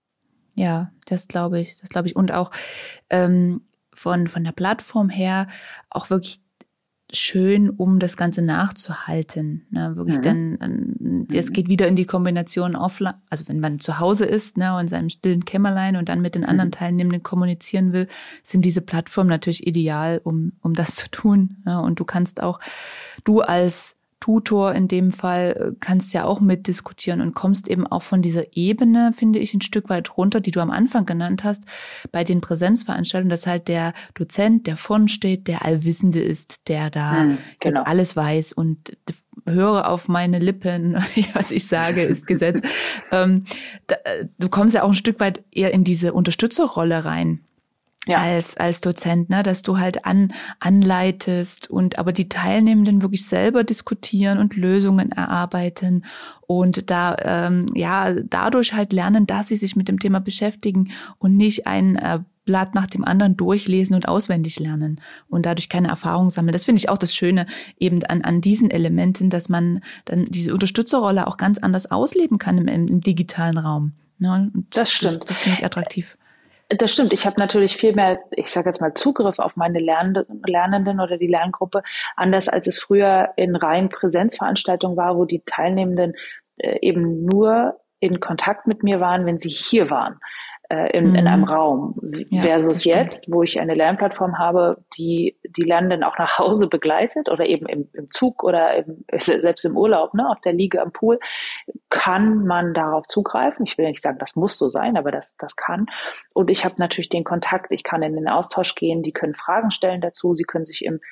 Ja, das glaube ich, das glaube ich. Und auch ähm, von von der Plattform her auch wirklich schön, um das Ganze nachzuhalten. Ne, wirklich mhm. dann, es geht wieder in die Kombination offline, also wenn man zu Hause ist, ne, und in seinem stillen Kämmerlein und dann mit den anderen Teilnehmenden kommunizieren will, sind diese Plattformen natürlich ideal, um um das zu tun. Ne, und du kannst auch, du als Tutor in dem Fall kannst ja auch mitdiskutieren und kommst eben auch von dieser Ebene, finde ich, ein Stück weit runter, die du am Anfang genannt hast, bei den Präsenzveranstaltungen, dass halt der Dozent, der vorn steht, der Allwissende ist, der da hm, genau. jetzt alles weiß und höre auf meine Lippen, was ich sage, ist Gesetz. ähm, da, du kommst ja auch ein Stück weit eher in diese Unterstützerrolle rein. Ja. als als Dozent, ne, dass du halt an anleitest und aber die Teilnehmenden wirklich selber diskutieren und Lösungen erarbeiten und da ähm, ja dadurch halt lernen, dass sie sich mit dem Thema beschäftigen und nicht ein äh, Blatt nach dem anderen durchlesen und auswendig lernen und dadurch keine Erfahrung sammeln. Das finde ich auch das Schöne eben an an diesen Elementen, dass man dann diese Unterstützerrolle auch ganz anders ausleben kann im, im digitalen Raum. Ne? Und das stimmt. Das, das finde ich attraktiv. Das stimmt. Ich habe natürlich viel mehr, ich sage jetzt mal, Zugriff auf meine Lernenden, Lernenden oder die Lerngruppe, anders als es früher in reinen Präsenzveranstaltungen war, wo die Teilnehmenden äh, eben nur in Kontakt mit mir waren, wenn sie hier waren. In, mhm. in einem Raum, ja, versus jetzt, wo ich eine Lernplattform habe, die die Lernenden auch nach Hause begleitet oder eben im, im Zug oder im, selbst im Urlaub, ne, auf der Liege am Pool, kann man darauf zugreifen. Ich will nicht sagen, das muss so sein, aber das das kann. Und ich habe natürlich den Kontakt, ich kann in den Austausch gehen, die können Fragen stellen dazu, sie können sich im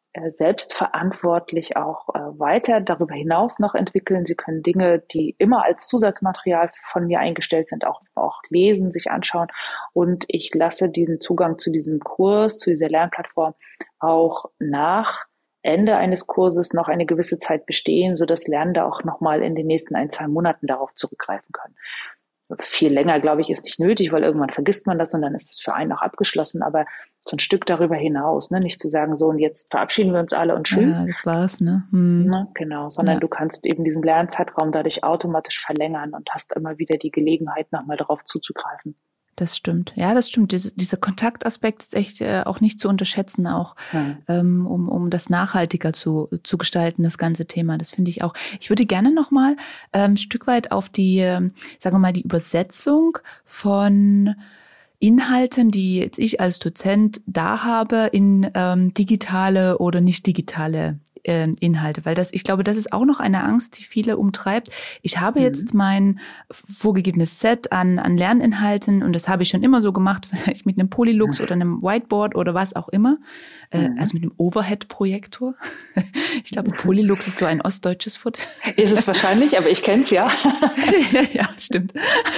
selbstverantwortlich auch äh, weiter darüber hinaus noch entwickeln. Sie können Dinge, die immer als Zusatzmaterial von mir eingestellt sind, auch, auch lesen, sich anschauen. Und ich lasse diesen Zugang zu diesem Kurs, zu dieser Lernplattform auch nach Ende eines Kurses noch eine gewisse Zeit bestehen, sodass Lernende auch nochmal in den nächsten ein, zwei Monaten darauf zurückgreifen können. Viel länger, glaube ich, ist nicht nötig, weil irgendwann vergisst man das und dann ist das für einen auch abgeschlossen. Aber so ein Stück darüber hinaus, ne, nicht zu sagen, so und jetzt verabschieden wir uns alle und tschüss. Ja, das war's, ne? Hm. Ne, genau, sondern Ja. du kannst eben diesen Lernzeitraum dadurch automatisch verlängern und hast immer wieder die Gelegenheit, nochmal darauf zuzugreifen. Das stimmt. Ja, das stimmt. Diese, dieser Kontaktaspekt ist echt äh, auch nicht zu unterschätzen, auch hm. ähm, um, um das nachhaltiger zu, zu gestalten, das ganze Thema. Das finde ich auch. Ich würde gerne nochmal ähm, ein Stück weit auf die, ähm, sagen wir mal, die Übersetzung von Inhalten, die jetzt ich als Dozent da habe, in ähm, digitale oder nicht digitale äh, Inhalte, weil das, ich glaube, das ist auch noch eine Angst, die viele umtreibt. Ich habe mhm. jetzt mein vorgegebenes Set an an Lerninhalten und das habe ich schon immer so gemacht, vielleicht mit einem Polylux mhm. oder einem Whiteboard oder was auch immer, äh, mhm. also mit einem Overhead-Projektor. Ich glaube, Polylux ist so ein ostdeutsches Wort. Ist es wahrscheinlich, aber ich kenne es ja. Ja, stimmt.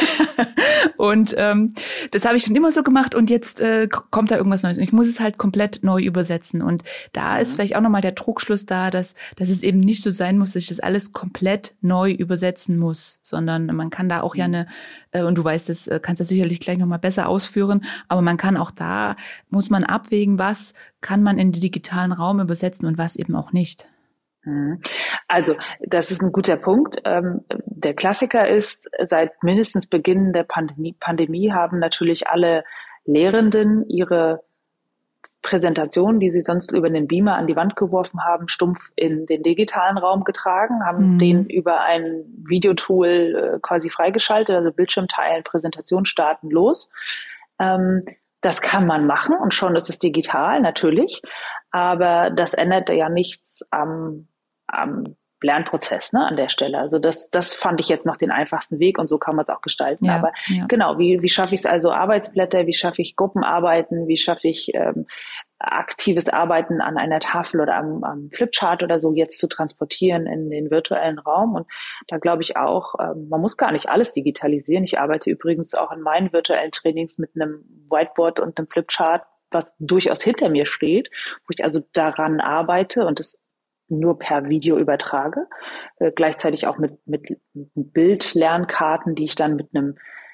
Und ähm, das habe ich schon immer so gemacht und jetzt äh, kommt da irgendwas Neues. Und ich muss es halt komplett neu übersetzen. Und da ist vielleicht auch nochmal der Trugschluss da, dass, dass es eben nicht so sein muss, dass ich das alles komplett neu übersetzen muss, sondern man kann da auch ja eine, äh, und du weißt es, äh, kannst das sicherlich gleich nochmal besser ausführen, aber man kann auch da, muss man abwägen, was kann man in den digitalen Raum übersetzen und was eben auch nicht. Also, das ist ein guter Punkt. Ähm, der Klassiker ist, seit mindestens Beginn der Pandemie, Pandemie haben natürlich alle Lehrenden ihre Präsentationen, die sie sonst über den Beamer an die Wand geworfen haben, stumpf in den digitalen Raum getragen, haben mhm. den über ein Videotool äh, quasi freigeschaltet, also Bildschirm teilen, Präsentation starten, los. Ähm, das kann man machen und schon ist es digital, natürlich. Aber das ändert ja nichts am, am Lernprozess, ne, an der Stelle. Also das, das fand ich jetzt noch den einfachsten Weg und so kann man es auch gestalten. Ja, aber ja. genau, wie, wie schaffe ich es also Arbeitsblätter, wie schaffe ich Gruppenarbeiten, wie schaffe ich ähm, aktives Arbeiten an einer Tafel oder am, am Flipchart oder so jetzt zu transportieren in den virtuellen Raum. Und da glaube ich auch, ähm, man muss gar nicht alles digitalisieren. Ich arbeite übrigens auch in meinen virtuellen Trainings mit einem Whiteboard und einem Flipchart, was durchaus hinter mir steht, wo ich also daran arbeite und das nur per Video übertrage, äh, gleichzeitig auch mit, mit, mit Bildlernkarten, die ich dann mit einem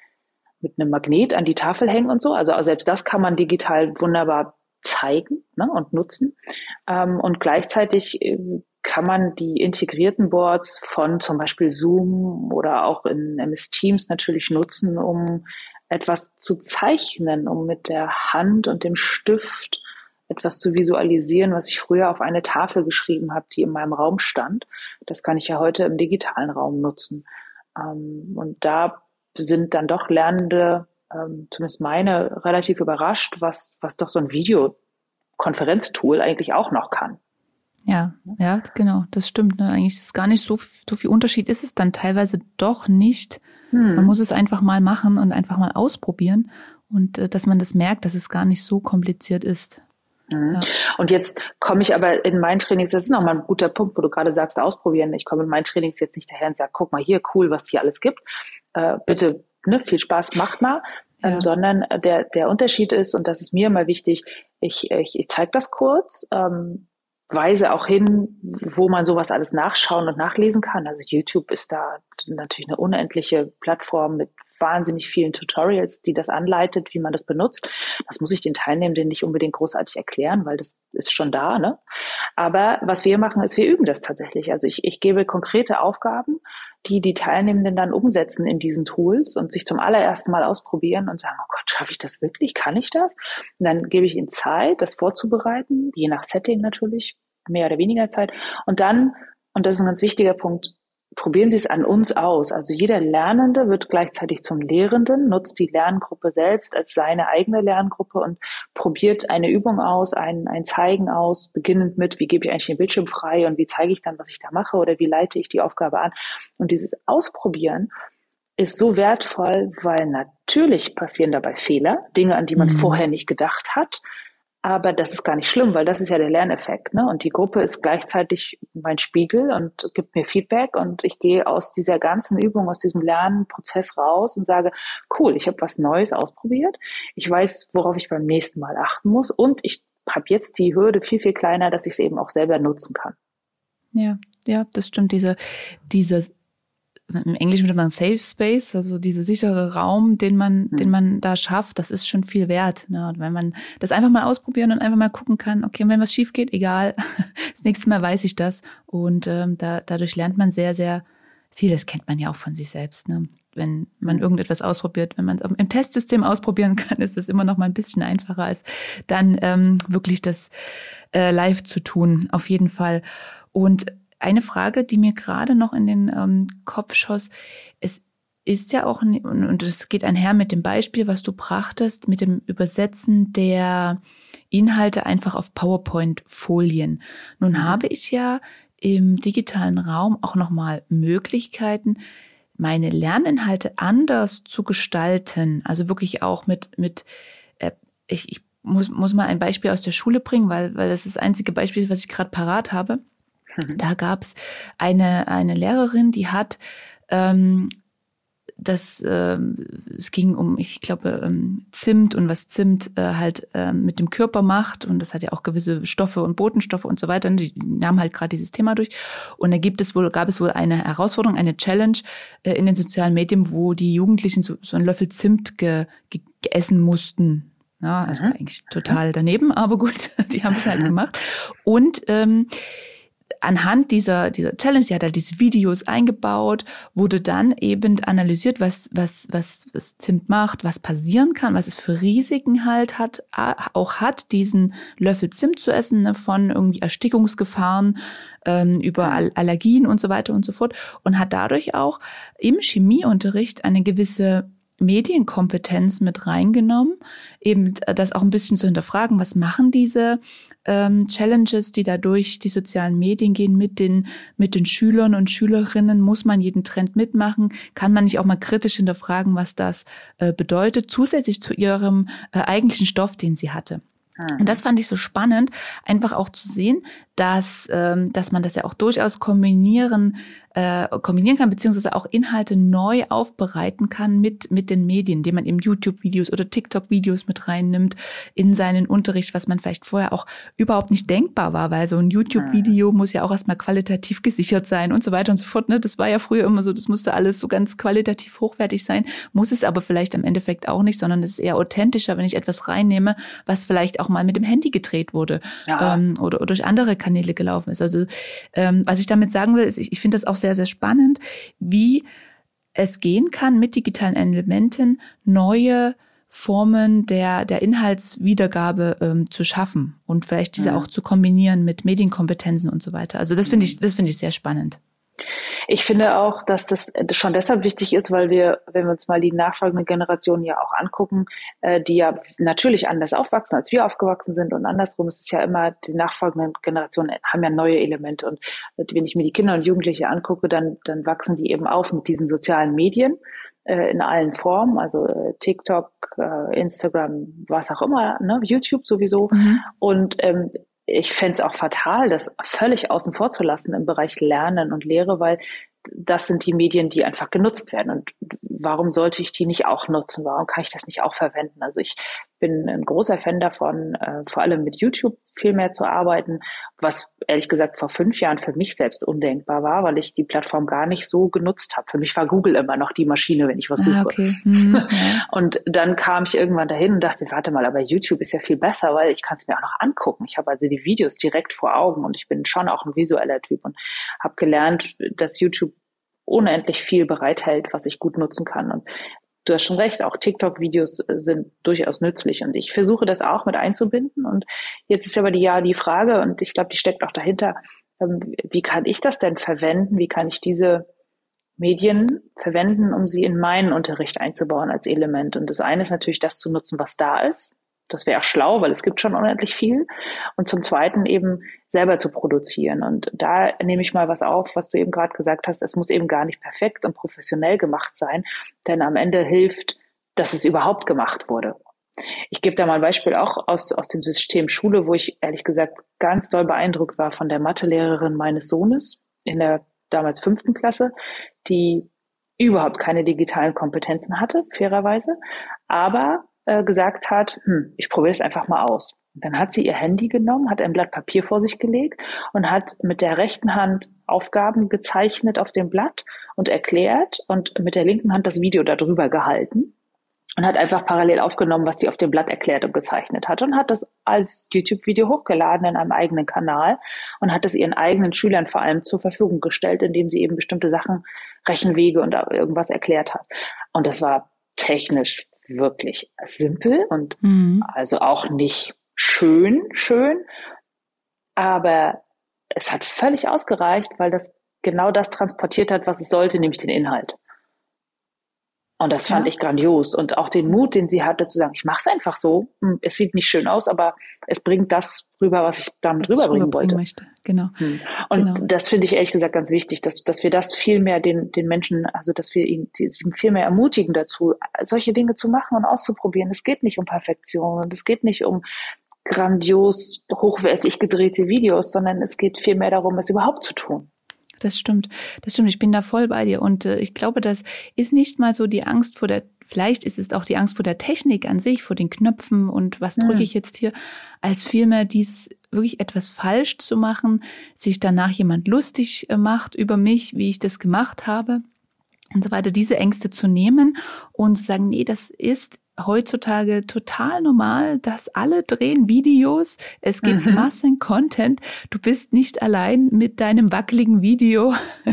mit einem Magnet an die Tafel hänge und so. Also selbst das kann man digital wunderbar zeigen, ne, und nutzen. Ähm, und gleichzeitig äh, kann man die integrierten Boards von zum Beispiel Zoom oder auch in M S Teams natürlich nutzen, um etwas zu zeichnen, um mit der Hand und dem Stift etwas zu visualisieren, was ich früher auf eine Tafel geschrieben habe, die in meinem Raum stand. Das kann ich ja heute im digitalen Raum nutzen. Ähm, und da sind dann doch Lernende, ähm, zumindest meine, relativ überrascht, was, was doch so ein Videokonferenztool eigentlich auch noch kann. Ja, ja, genau, das stimmt. Ne? Eigentlich ist gar nicht so, so viel Unterschied ist es dann teilweise doch nicht. Hm. Man muss es einfach mal machen und einfach mal ausprobieren und äh, dass man das merkt, dass es gar nicht so kompliziert ist. Mhm. Ja. Und jetzt komme ich aber in meinen Trainings, das ist nochmal ein guter Punkt, wo du gerade sagst, ausprobieren. Ich komme in meinen Trainings jetzt nicht daher und sage, guck mal hier, cool, was hier alles gibt. Äh, bitte, ne, viel Spaß, macht mal. Ja. Ähm, sondern der, der Unterschied ist, und das ist mir immer wichtig, ich, ich, ich zeige das kurz, ähm, weise auch hin, wo man sowas alles nachschauen und nachlesen kann. Also YouTube ist da natürlich eine unendliche Plattform mit wahnsinnig vielen Tutorials, die das anleitet, wie man das benutzt. Das muss ich den Teilnehmenden nicht unbedingt großartig erklären, weil das ist schon da, ne? Aber was wir machen, ist, wir üben das tatsächlich. Also ich, ich gebe konkrete Aufgaben, die die Teilnehmenden dann umsetzen in diesen Tools und sich zum allerersten Mal ausprobieren und sagen, oh Gott, schaffe ich das wirklich? Kann ich das? Und dann gebe ich ihnen Zeit, das vorzubereiten, je nach Setting natürlich, mehr oder weniger Zeit. Und dann, und das ist ein ganz wichtiger Punkt, probieren Sie es an uns aus. Also jeder Lernende wird gleichzeitig zum Lehrenden, nutzt die Lerngruppe selbst als seine eigene Lerngruppe und probiert eine Übung aus, ein, ein Zeigen aus, beginnend mit, wie gebe ich eigentlich den Bildschirm frei und wie zeige ich dann, was ich da mache oder wie leite ich die Aufgabe an. Und dieses Ausprobieren ist so wertvoll, weil natürlich passieren dabei Fehler, Dinge, an die man mhm. vorher nicht gedacht hat. Aber das ist gar nicht schlimm, weil das ist ja der Lerneffekt, ne? Und die Gruppe ist gleichzeitig mein Spiegel und gibt mir Feedback und ich gehe aus dieser ganzen Übung, aus diesem Lernprozess raus und sage, cool, ich habe was Neues ausprobiert. Ich weiß, worauf ich beim nächsten Mal achten muss und ich habe jetzt die Hürde viel, viel kleiner, dass ich es eben auch selber nutzen kann. Ja, ja, das stimmt. Diese, diese im Englischen würde man Safe Space, also dieser sichere Raum, den man, mhm. den man da schafft, das ist schon viel wert. Ne? Und wenn man das einfach mal ausprobieren und einfach mal gucken kann, okay, wenn was schief geht, egal, das nächste Mal weiß ich das. Und ähm, da, dadurch lernt man sehr, sehr viel. Das kennt man ja auch von sich selbst. Ne? Wenn man irgendetwas ausprobiert, wenn man es im Testsystem ausprobieren kann, ist es immer noch mal ein bisschen einfacher, als dann ähm, wirklich das äh, live zu tun. Auf jeden Fall. Und eine Frage, die mir gerade noch in den ähm, Kopf schoss, es ist ja auch, und es geht einher mit dem Beispiel, was du brachtest, mit dem Übersetzen der Inhalte einfach auf PowerPoint-Folien. Nun mhm. habe ich ja im digitalen Raum auch nochmal Möglichkeiten, meine Lerninhalte anders zu gestalten. Also wirklich auch mit, mit äh, ich, ich muss, muss mal ein Beispiel aus der Schule bringen, weil, weil das ist das einzige Beispiel, was ich gerade parat habe. Da gab's eine eine Lehrerin, die hat ähm, das ähm, es ging um, ich glaube, ähm, Zimt und was Zimt äh, halt äh, mit dem Körper macht, und das hat ja auch gewisse Stoffe und Botenstoffe und so weiter. Die nahmen halt gerade dieses Thema durch, und da gibt es wohl gab es wohl eine Herausforderung, eine Challenge äh, in den sozialen Medien, wo die Jugendlichen so, so einen Löffel Zimt ge, ge, geessen mussten. Ja, also mhm. eigentlich total daneben, aber gut, die haben es halt gemacht. Und ähm, anhand dieser, dieser Challenge, die hat halt diese Videos eingebaut, wurde dann eben analysiert, was, was, was, was Zimt macht, was passieren kann, was es für Risiken halt hat, auch hat, diesen Löffel Zimt zu essen, ne, von irgendwie Erstickungsgefahren, ähm, über Allergien und so weiter und so fort, und hat dadurch auch im Chemieunterricht eine gewisse Medienkompetenz mit reingenommen, eben das auch ein bisschen zu hinterfragen, was machen diese ähm, Challenges, die da durch die sozialen Medien gehen mit den mit den Schülern und Schülerinnen, muss man jeden Trend mitmachen, kann man nicht auch mal kritisch hinterfragen, was das äh, bedeutet, zusätzlich zu ihrem äh, eigentlichen Stoff, den sie hatte. Und das fand ich so spannend, einfach auch zu sehen, dass ähm, dass man das ja auch durchaus kombinieren äh, kombinieren kann, beziehungsweise auch Inhalte neu aufbereiten kann mit mit den Medien, indem man eben YouTube-Videos oder TikTok-Videos mit reinnimmt in seinen Unterricht, was man vielleicht vorher auch überhaupt nicht denkbar war, weil so ein YouTube-Video muss ja auch erstmal qualitativ gesichert sein und so weiter und so fort. Ne? Das war ja früher immer so, das musste alles so ganz qualitativ hochwertig sein, muss es aber vielleicht im Endeffekt auch nicht, sondern es ist eher authentischer, wenn ich etwas reinnehme, was vielleicht auch mal mit dem Handy gedreht wurde ja. ähm, oder, oder durch andere Kanäle gelaufen ist. Also ähm, was ich damit sagen will, ist, ich, ich finde das auch sehr, sehr spannend, wie es gehen kann, mit digitalen Elementen neue Formen der, der Inhaltswiedergabe ähm, zu schaffen und vielleicht diese mhm. auch zu kombinieren mit Medienkompetenzen und so weiter. Also das finde ich, das finde ich sehr spannend. Ich finde auch, dass das schon deshalb wichtig ist, weil wir, wenn wir uns mal die nachfolgenden Generationen ja auch angucken, äh, die ja natürlich anders aufwachsen, als wir aufgewachsen sind, und andersrum ist es ja immer, die nachfolgenden Generationen haben ja neue Elemente, und wenn ich mir die Kinder und Jugendliche angucke, dann, dann wachsen die eben auf mit diesen sozialen Medien äh, in allen Formen, also äh, TikTok, äh, Instagram, was auch immer, ne, YouTube sowieso mhm. und ähm, ich fände es auch fatal, das völlig außen vor zu lassen im Bereich Lernen und Lehre, weil das sind die Medien, die einfach genutzt werden. Und warum sollte ich die nicht auch nutzen? Warum kann ich das nicht auch verwenden? Also ich bin ein großer Fan davon, äh, vor allem mit YouTube viel mehr zu arbeiten, was ehrlich gesagt vor fünf Jahren für mich selbst undenkbar war, weil ich die Plattform gar nicht so genutzt habe. Für mich war Google immer noch die Maschine, wenn ich was suche. Ah, okay. Mhm, ja. Und dann kam ich irgendwann dahin und dachte, warte mal, aber YouTube ist ja viel besser, weil ich kann es mir auch noch angucken. Ich habe also die Videos direkt vor Augen und ich bin schon auch ein visueller Typ und habe gelernt, dass YouTube unendlich viel bereithält, was ich gut nutzen kann. Und du hast schon recht, auch TikTok-Videos sind durchaus nützlich und ich versuche das auch mit einzubinden. Und jetzt ist aber die, ja die Frage, und ich glaube, die steckt auch dahinter, wie kann ich das denn verwenden? Wie kann ich diese Medien verwenden, um sie in meinen Unterricht einzubauen als Element? Und das eine ist natürlich, das zu nutzen, was da ist. Das wäre auch schlau, weil es gibt schon unendlich viel. Und zum Zweiten eben selber zu produzieren. Und da nehme ich mal was auf, was du eben gerade gesagt hast. Es muss eben gar nicht perfekt und professionell gemacht sein, denn am Ende hilft, dass es überhaupt gemacht wurde. Ich gebe da mal ein Beispiel auch aus, aus dem System Schule, wo ich ehrlich gesagt ganz doll beeindruckt war von der Mathelehrerin meines Sohnes in der damals fünften Klasse, die überhaupt keine digitalen Kompetenzen hatte, fairerweise, aber äh, gesagt hat, hm, ich probiere es einfach mal aus. Und dann hat sie ihr Handy genommen, hat ein Blatt Papier vor sich gelegt und hat mit der rechten Hand Aufgaben gezeichnet auf dem Blatt und erklärt und mit der linken Hand das Video darüber gehalten. Und hat einfach parallel aufgenommen, was sie auf dem Blatt erklärt und gezeichnet hat und hat das als YouTube-Video hochgeladen in einem eigenen Kanal und hat es ihren eigenen Schülern vor allem zur Verfügung gestellt, indem sie eben bestimmte Sachen, Rechenwege und irgendwas erklärt hat. Und das war technisch wirklich simpel und mhm. also auch nicht schön, schön, aber es hat völlig ausgereicht, weil das genau das transportiert hat, was es sollte, nämlich den Inhalt. Und das fand ja. ich grandios. Und auch den Mut, den sie hatte, zu sagen, ich mache es einfach so. Es sieht nicht schön aus, aber es bringt das rüber, was ich damit was rüberbringen wollte. Möchte. Genau. Hm. Und genau. das finde ich ehrlich gesagt ganz wichtig, dass, dass wir das viel mehr den, den Menschen, also dass wir ihn sie viel mehr ermutigen dazu, solche Dinge zu machen und auszuprobieren. Es geht nicht um Perfektion und es geht nicht um grandios, hochwertig gedrehte Videos, sondern es geht viel mehr darum, es überhaupt zu tun. Das stimmt, das stimmt. Ich bin da voll bei dir und äh, ich glaube, das ist nicht mal so die Angst vor der, vielleicht ist es auch die Angst vor der Technik an sich, vor den Knöpfen und was drücke ich jetzt hier, als vielmehr dieses wirklich etwas falsch zu machen, sich danach jemand lustig äh, macht über mich, wie ich das gemacht habe und so weiter, diese Ängste zu nehmen und zu sagen, nee, das ist heutzutage total normal, dass alle drehen Videos. Es gibt mhm. Massen Content. Du bist nicht allein mit deinem wackeligen Video,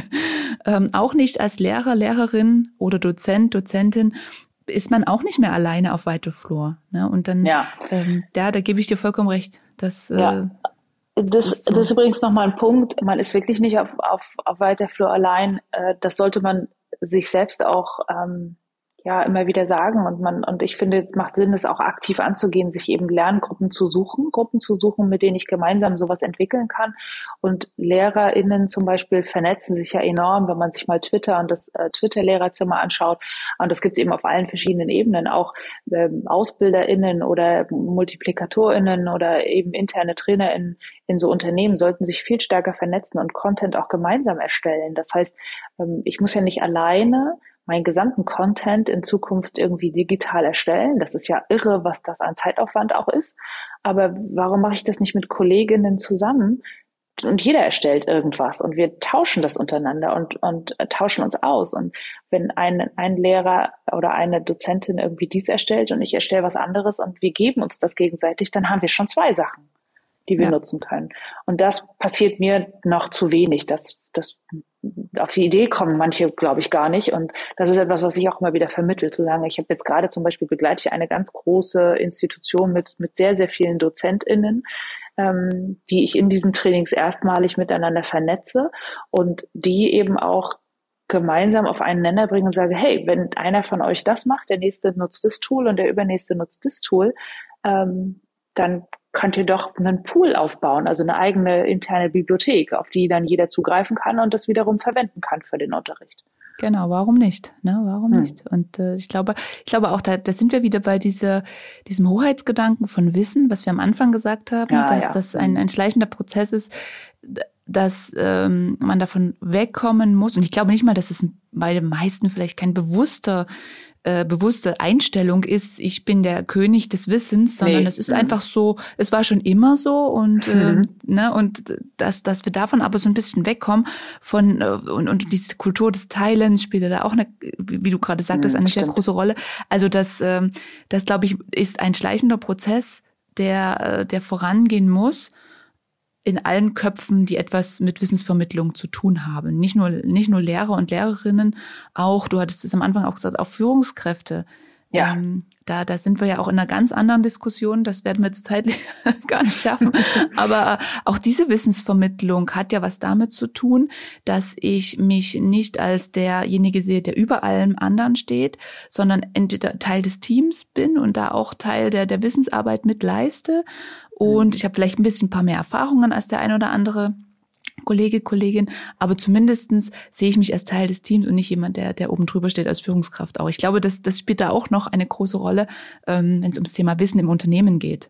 ähm, auch nicht als Lehrer, Lehrerin oder Dozent, Dozentin ist man auch nicht mehr alleine auf weiter Flur. Ne? Und dann, ja, ähm, ja da gebe ich dir vollkommen recht. Das, ja. äh, Das, ist so. Das ist übrigens nochmal ein Punkt. Man ist wirklich nicht auf, auf, auf weiter Flur allein. Äh, das sollte man sich selbst auch ähm, ja immer wieder sagen und man und ich finde, es macht Sinn, das auch aktiv anzugehen, sich eben Lerngruppen zu suchen, Gruppen zu suchen, mit denen ich gemeinsam sowas entwickeln kann. Und LehrerInnen zum Beispiel vernetzen sich ja enorm, wenn man sich mal Twitter und das äh, Twitter-Lehrerzimmer anschaut. Und das gibt es eben auf allen verschiedenen Ebenen, auch ähm, AusbilderInnen oder MultiplikatorInnen oder eben interne TrainerInnen in so Unternehmen sollten sich viel stärker vernetzen und Content auch gemeinsam erstellen. Das heißt, ähm, ich muss ja nicht alleine meinen gesamten Content in Zukunft irgendwie digital erstellen. Das ist ja irre, was das an Zeitaufwand auch ist. Aber warum mache ich das nicht mit Kolleginnen zusammen? Und jeder erstellt irgendwas und wir tauschen das untereinander und, und tauschen uns aus. Und wenn ein, ein Lehrer oder eine Dozentin irgendwie dies erstellt und ich erstelle was anderes und wir geben uns das gegenseitig, dann haben wir schon zwei Sachen, die wir ja. nutzen können. Und das passiert mir noch zu wenig. Das, das auf die Idee kommen manche, glaube ich, gar nicht. Und das ist etwas, was ich auch immer wieder vermittle, zu sagen, ich habe jetzt gerade zum Beispiel begleite ich eine ganz große Institution mit, mit sehr, sehr vielen DozentInnen, ähm, die ich in diesen Trainings erstmalig miteinander vernetze und die eben auch gemeinsam auf einen Nenner bringen und sage, hey, wenn einer von euch das macht, der nächste nutzt das Tool und der übernächste nutzt das Tool, ähm, dann könnt ihr doch einen Pool aufbauen, also eine eigene interne Bibliothek, auf die dann jeder zugreifen kann und das wiederum verwenden kann für den Unterricht. Genau, warum nicht? Ne, warum hm. nicht? Und äh, ich glaube, ich glaube auch, da, da sind wir wieder bei dieser, diesem Hoheitsgedanken von Wissen, was wir am Anfang gesagt haben, ja, dass ja. das ein, ein schleichender Prozess ist, dass ähm, man davon wegkommen muss. Und ich glaube nicht mal, dass es bei den meisten vielleicht kein bewusster Äh, bewusste Einstellung ist, ich bin der König des Wissens, sondern nee. es ist mhm. einfach so, es war schon immer so und mhm. äh, ne und dass dass wir davon aber so ein bisschen wegkommen von äh, und und diese Kultur des Teilens spielt da auch eine, wie du gerade sagtest, eine mhm, sehr große Rolle. Also das äh, das glaube ich ist ein schleichender Prozess, der äh, der vorangehen muss in allen Köpfen, die etwas mit Wissensvermittlung zu tun haben. Nicht nur, nicht nur Lehrer und Lehrerinnen, auch, du hattest es am Anfang auch gesagt, auch Führungskräfte. Ja. Ähm, da, da sind wir ja auch in einer ganz anderen Diskussion. Das werden wir jetzt zeitlich gar nicht schaffen. Aber auch diese Wissensvermittlung hat ja was damit zu tun, dass ich mich nicht als derjenige sehe, der über allem anderen steht, sondern entweder Teil des Teams bin und da auch Teil der, der Wissensarbeit mit leiste. Und ich habe vielleicht ein bisschen ein paar mehr Erfahrungen als der ein oder andere Kollege, Kollegin, aber zumindestens sehe ich mich als Teil des Teams und nicht jemand, der der oben drüber steht als Führungskraft auch. Ich glaube, das, das spielt da auch noch eine große Rolle, ähm, wenn es ums Thema Wissen im Unternehmen geht.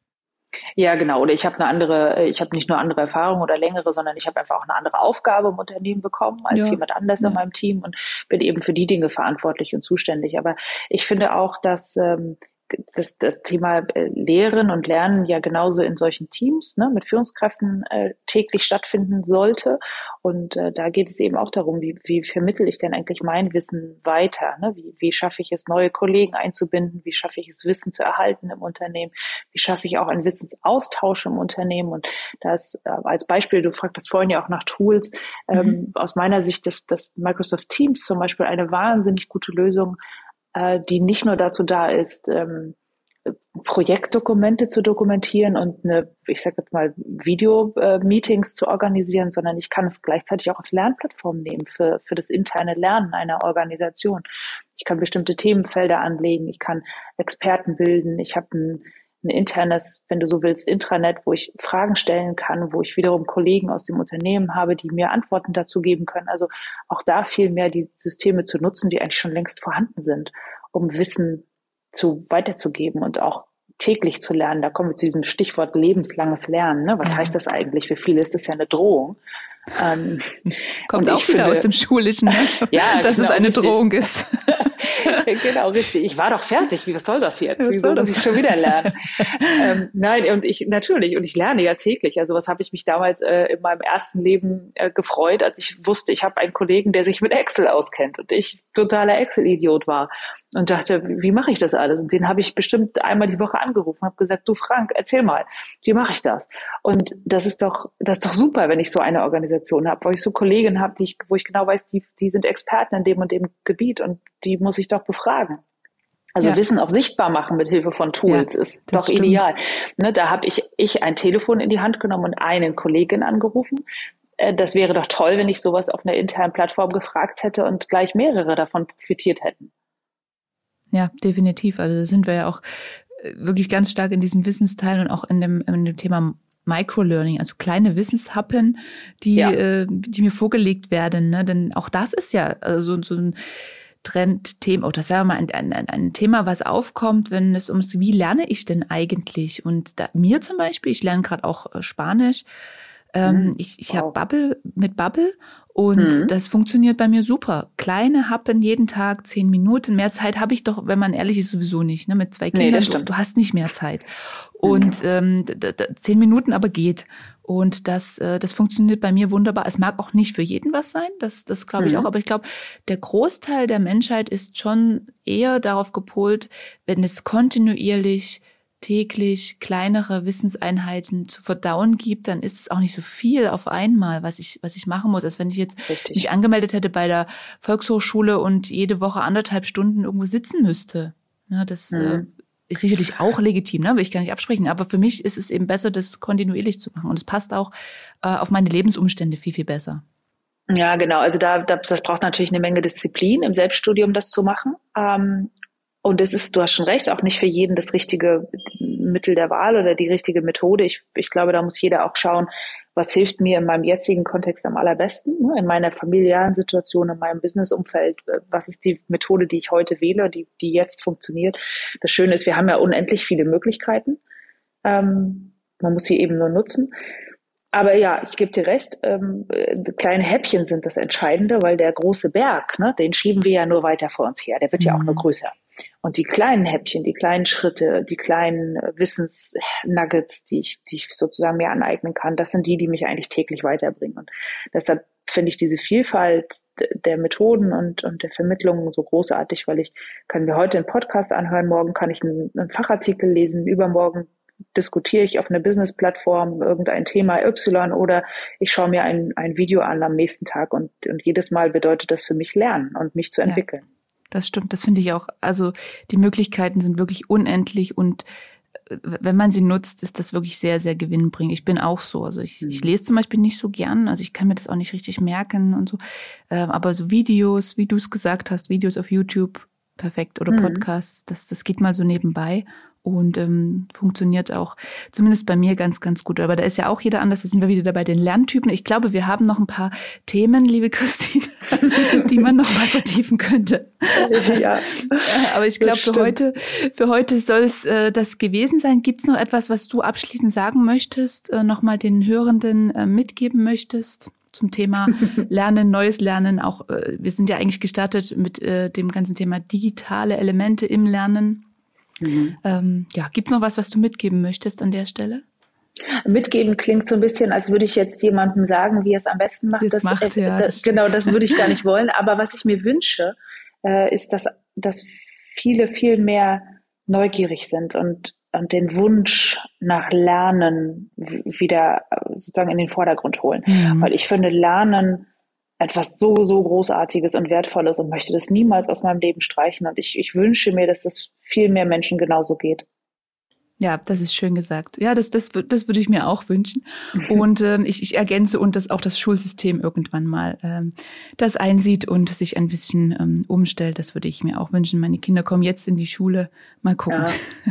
Ja, genau. Oder ich habe eine andere, ich habe nicht nur andere Erfahrungen oder längere, sondern ich habe einfach auch eine andere Aufgabe im Unternehmen bekommen als Ja. jemand anders Ja. in meinem Team und bin eben für die Dinge verantwortlich und zuständig. Aber ich finde auch, dass ähm, das, das Thema äh, Lehren und Lernen ja genauso in solchen Teams, ne, mit Führungskräften äh, täglich stattfinden sollte. Und äh, da geht es eben auch darum, wie, wie vermittle ich denn eigentlich mein Wissen weiter? Ne? Wie, wie schaffe ich es, neue Kollegen einzubinden? Wie schaffe ich es, Wissen zu erhalten im Unternehmen? Wie schaffe ich auch einen Wissensaustausch im Unternehmen? Und das äh, als Beispiel, du fragtest vorhin ja auch nach Tools. Ähm, mhm. Aus meiner Sicht, das, das Microsoft Teams zum Beispiel eine wahnsinnig gute Lösung, die nicht nur dazu da ist, ähm, Projektdokumente zu dokumentieren und eine, ich sage jetzt mal, Video-Meetings zu organisieren, sondern ich kann es gleichzeitig auch als Lernplattform nehmen für, für das interne Lernen einer Organisation. Ich kann bestimmte Themenfelder anlegen, ich kann Experten bilden, ich habe ein, ein internes, wenn du so willst, Intranet, wo ich Fragen stellen kann, wo ich wiederum Kollegen aus dem Unternehmen habe, die mir Antworten dazu geben können. Also auch da viel mehr die Systeme zu nutzen, die eigentlich schon längst vorhanden sind, um Wissen zu weiterzugeben und auch täglich zu lernen. Da kommen wir zu diesem Stichwort lebenslanges Lernen. Ne? Was heißt das eigentlich? Für viele ist das ja eine Drohung. Ähm, Kommt auch wieder finde, aus dem Schulischen, ne? Ja, dass genau, es eine richtig. Drohung ist. Genau, richtig. Ich war doch fertig. Wie, was soll das jetzt? Wie soll das? Ich schon wieder lernen? ähm, nein, und ich, natürlich, und ich lerne ja täglich. Also was habe ich mich damals äh, in meinem ersten Leben äh, gefreut, als ich wusste, ich habe einen Kollegen, der sich mit Excel auskennt und ich totaler Excel-Idiot war und dachte, wie mache ich das alles? Und den habe ich bestimmt einmal die Woche angerufen, habe gesagt, du Frank, erzähl mal, wie mache ich das? Und das ist doch, das ist doch super, wenn ich so eine Organisation habe, wo ich so Kollegen habe, die ich, wo ich genau weiß, die, die sind Experten in dem und dem Gebiet und die muss ich doch befragen. Also ja. Wissen auch sichtbar machen mit Hilfe von Tools ja, ist doch stimmt. Ideal. Ne, da habe ich, ich ein Telefon in die Hand genommen und einen Kollegen angerufen. Das wäre doch toll, wenn ich sowas auf einer internen Plattform gefragt hätte und gleich mehrere davon profitiert hätten. Ja, definitiv. Also da sind wir ja auch wirklich ganz stark in diesem Wissensteil und auch in dem, in dem Thema Microlearning, also kleine Wissenshappen, die, ja. äh, die mir vorgelegt werden. Ne? Denn auch das ist ja also so ein Trendthema oder sagen wir mal ein, ein, ein Thema, was aufkommt, wenn es ums, wie lerne ich denn eigentlich? Und da, mir zum Beispiel, ich lerne gerade auch äh, Spanisch. Ähm, mhm. Ich, ich wow. habe Bubble mit Bubble und mhm. das funktioniert bei mir super. Kleine Happen jeden Tag, zehn Minuten. Mehr Zeit habe ich doch, wenn man ehrlich ist, sowieso nicht. Ne? Mit zwei Kindern, nee, du, du hast nicht mehr Zeit. Und ähm, d- d- zehn Minuten aber geht. Und das, äh, das funktioniert bei mir wunderbar. Es mag auch nicht für jeden was sein, das, das glaube ich mhm. auch. Aber ich glaube, der Großteil der Menschheit ist schon eher darauf gepolt, wenn es kontinuierlich täglich kleinere Wissenseinheiten zu verdauen gibt, dann ist es auch nicht so viel auf einmal, was ich was ich machen muss, als wenn ich jetzt Richtig. mich angemeldet hätte bei der Volkshochschule und jede Woche anderthalb Stunden irgendwo sitzen müsste. Ja, das mhm. äh, ist sicherlich auch legitim, ne? Will ich gar nicht absprechen, aber für mich ist es eben besser, das kontinuierlich zu machen und es passt auch äh, auf meine Lebensumstände viel, viel besser. Ja, genau. Also da, da das braucht natürlich eine Menge Disziplin im Selbststudium, das zu machen. Ähm, Und es ist, du hast schon recht, auch nicht für jeden das richtige Mittel der Wahl oder die richtige Methode. Ich, ich glaube, da muss jeder auch schauen, was hilft mir in meinem jetzigen Kontext am allerbesten, ne? In meiner familiären Situation, in meinem Businessumfeld. Was ist die Methode, die ich heute wähle, die, die jetzt funktioniert? Das Schöne ist, wir haben ja unendlich viele Möglichkeiten. Ähm, man muss sie eben nur nutzen. Aber ja, ich gebe dir recht, ähm, kleine Häppchen sind das Entscheidende, weil der große Berg, ne, den schieben wir ja nur weiter vor uns her. Der wird mhm. ja auch nur größer. Und die kleinen Häppchen, die kleinen Schritte, die kleinen Wissensnuggets, die ich, die ich sozusagen mir aneignen kann, das sind die, die mich eigentlich täglich weiterbringen. Und deshalb finde ich diese Vielfalt der Methoden und, und der Vermittlungen so großartig, weil ich kann mir heute einen Podcast anhören, morgen kann ich einen, einen Fachartikel lesen, übermorgen diskutiere ich auf einer Business-Plattform irgendein Thema Y oder ich schaue mir ein, ein Video an am nächsten Tag und, und jedes Mal bedeutet das für mich Lernen und mich zu entwickeln. Ja. Das stimmt, das finde ich auch. Also die Möglichkeiten sind wirklich unendlich und wenn man sie nutzt, ist das wirklich sehr, sehr gewinnbringend. Ich bin auch so. Also ich, mhm. ich lese zum Beispiel nicht so gern, also ich kann mir das auch nicht richtig merken und so. Aber so Videos, wie du es gesagt hast, Videos auf YouTube, perfekt oder Podcasts, mhm. das, das geht mal so nebenbei und ähm, funktioniert auch zumindest bei mir ganz, ganz gut. Aber da ist ja auch jeder anders, da sind wir wieder dabei den Lerntypen. Ich glaube, wir haben noch ein paar Themen, liebe Christine, die man noch mal vertiefen könnte. Ja, aber ich glaube, für heute, für heute soll es äh, das gewesen sein. Gibt es noch etwas, was du abschließend sagen möchtest, äh, noch mal den Hörenden äh, mitgeben möchtest? Zum Thema Lernen, neues Lernen. Auch äh, wir sind ja eigentlich gestartet mit äh, dem ganzen Thema digitale Elemente im Lernen. Mhm. Ähm, ja, gibt's noch was, was du mitgeben möchtest an der Stelle? Mitgeben klingt so ein bisschen, als würde ich jetzt jemandem sagen, wie er es am besten macht. Das, das macht äh, ja, das, das genau, das würde ich gar nicht wollen. Aber was ich mir wünsche, äh, ist, dass, dass viele viel mehr neugierig sind und und den Wunsch nach Lernen wieder sozusagen in den Vordergrund holen. Mhm. Weil ich finde Lernen etwas so, so Großartiges und Wertvolles und möchte das niemals aus meinem Leben streichen. Und ich, ich wünsche mir, dass das viel mehr Menschen genauso geht. Ja, das ist schön gesagt. Ja, das, das, das würde ich mir auch wünschen. Und ähm, ich, ich ergänze und dass auch das Schulsystem irgendwann mal ähm, das einsieht und sich ein bisschen ähm, umstellt. Das würde ich mir auch wünschen. Meine Kinder kommen jetzt in die Schule. Mal gucken.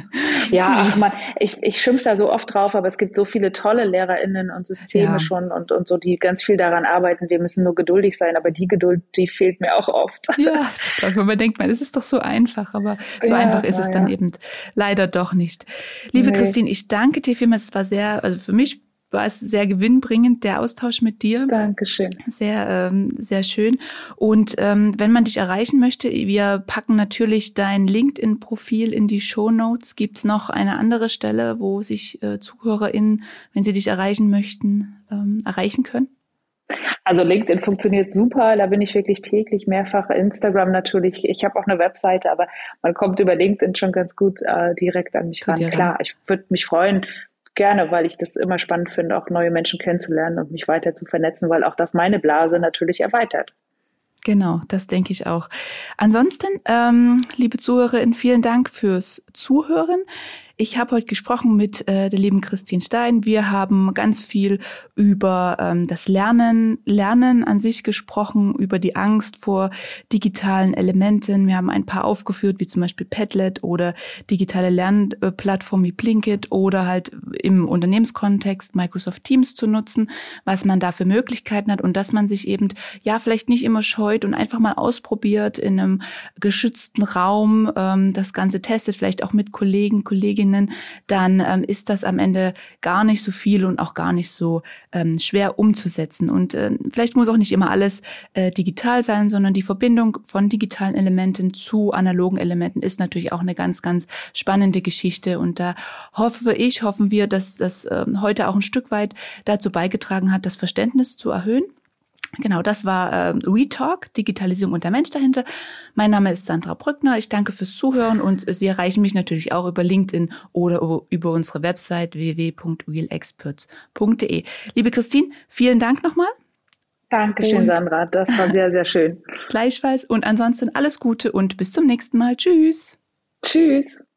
Ja, ja ach man, ich, ich schimpfe da so oft drauf, aber es gibt so viele tolle LehrerInnen und Systeme ja. schon und, und so, die ganz viel daran arbeiten. Wir müssen nur geduldig sein, aber die Geduld, die fehlt mir auch oft. Ja, das ist, glaube ich, man denkt, man, es ist doch so einfach, aber so ja, einfach ist es ja. dann eben leider doch nicht. Liebe nee. Christine, ich danke dir vielmals. Es war sehr, also für mich war es sehr gewinnbringend, der Austausch mit dir. Dankeschön. Sehr, ähm, sehr schön. Und ähm, wenn man dich erreichen möchte, wir packen natürlich dein LinkedIn-Profil in die Shownotes. Gibt es noch eine andere Stelle, wo sich äh, ZuhörerInnen, wenn sie dich erreichen möchten, ähm, erreichen können? Also LinkedIn funktioniert super, da bin ich wirklich täglich mehrfach. Instagram natürlich, ich habe auch eine Webseite, aber man kommt über LinkedIn schon ganz gut äh, direkt an mich ran. Klar, ich würde mich freuen, gerne, weil ich das immer spannend finde, auch neue Menschen kennenzulernen und mich weiter zu vernetzen, weil auch das meine Blase natürlich erweitert. Genau, das denke ich auch. Ansonsten, ähm, liebe ZuhörerInnen, vielen Dank fürs Zuhören. Ich habe heute gesprochen mit äh, der lieben Christine Stein. Wir haben ganz viel über ähm, das Lernen, Lernen an sich gesprochen, über die Angst vor digitalen Elementen. Wir haben ein paar aufgeführt, wie zum Beispiel Padlet oder digitale Lernplattformen wie Blinkit oder halt im Unternehmenskontext Microsoft Teams zu nutzen, was man da für Möglichkeiten hat und dass man sich eben ja vielleicht nicht immer scheut und einfach mal ausprobiert in einem geschützten Raum, ähm, das Ganze testet, vielleicht auch mit Kollegen, Kolleginnen, dann ähm, ist das am Ende gar nicht so viel und auch gar nicht so ähm, schwer umzusetzen. Und äh, vielleicht muss auch nicht immer alles äh, digital sein, sondern die Verbindung von digitalen Elementen zu analogen Elementen ist natürlich auch eine ganz, ganz spannende Geschichte. Und da hoffe ich, hoffen wir, dass das äh, heute auch ein Stück weit dazu beigetragen hat, das Verständnis zu erhöhen. Genau, das war äh, WeTalk, Digitalisierung und der Mensch dahinter. Mein Name ist Sandra Brückner. Ich danke fürs Zuhören und Sie erreichen mich natürlich auch über LinkedIn oder über unsere Website w w w punkt real experts punkt d e. Liebe Christine, vielen Dank nochmal. Dankeschön, und Sandra. Das war sehr, sehr schön. Gleichfalls und ansonsten alles Gute und bis zum nächsten Mal. Tschüss. Tschüss.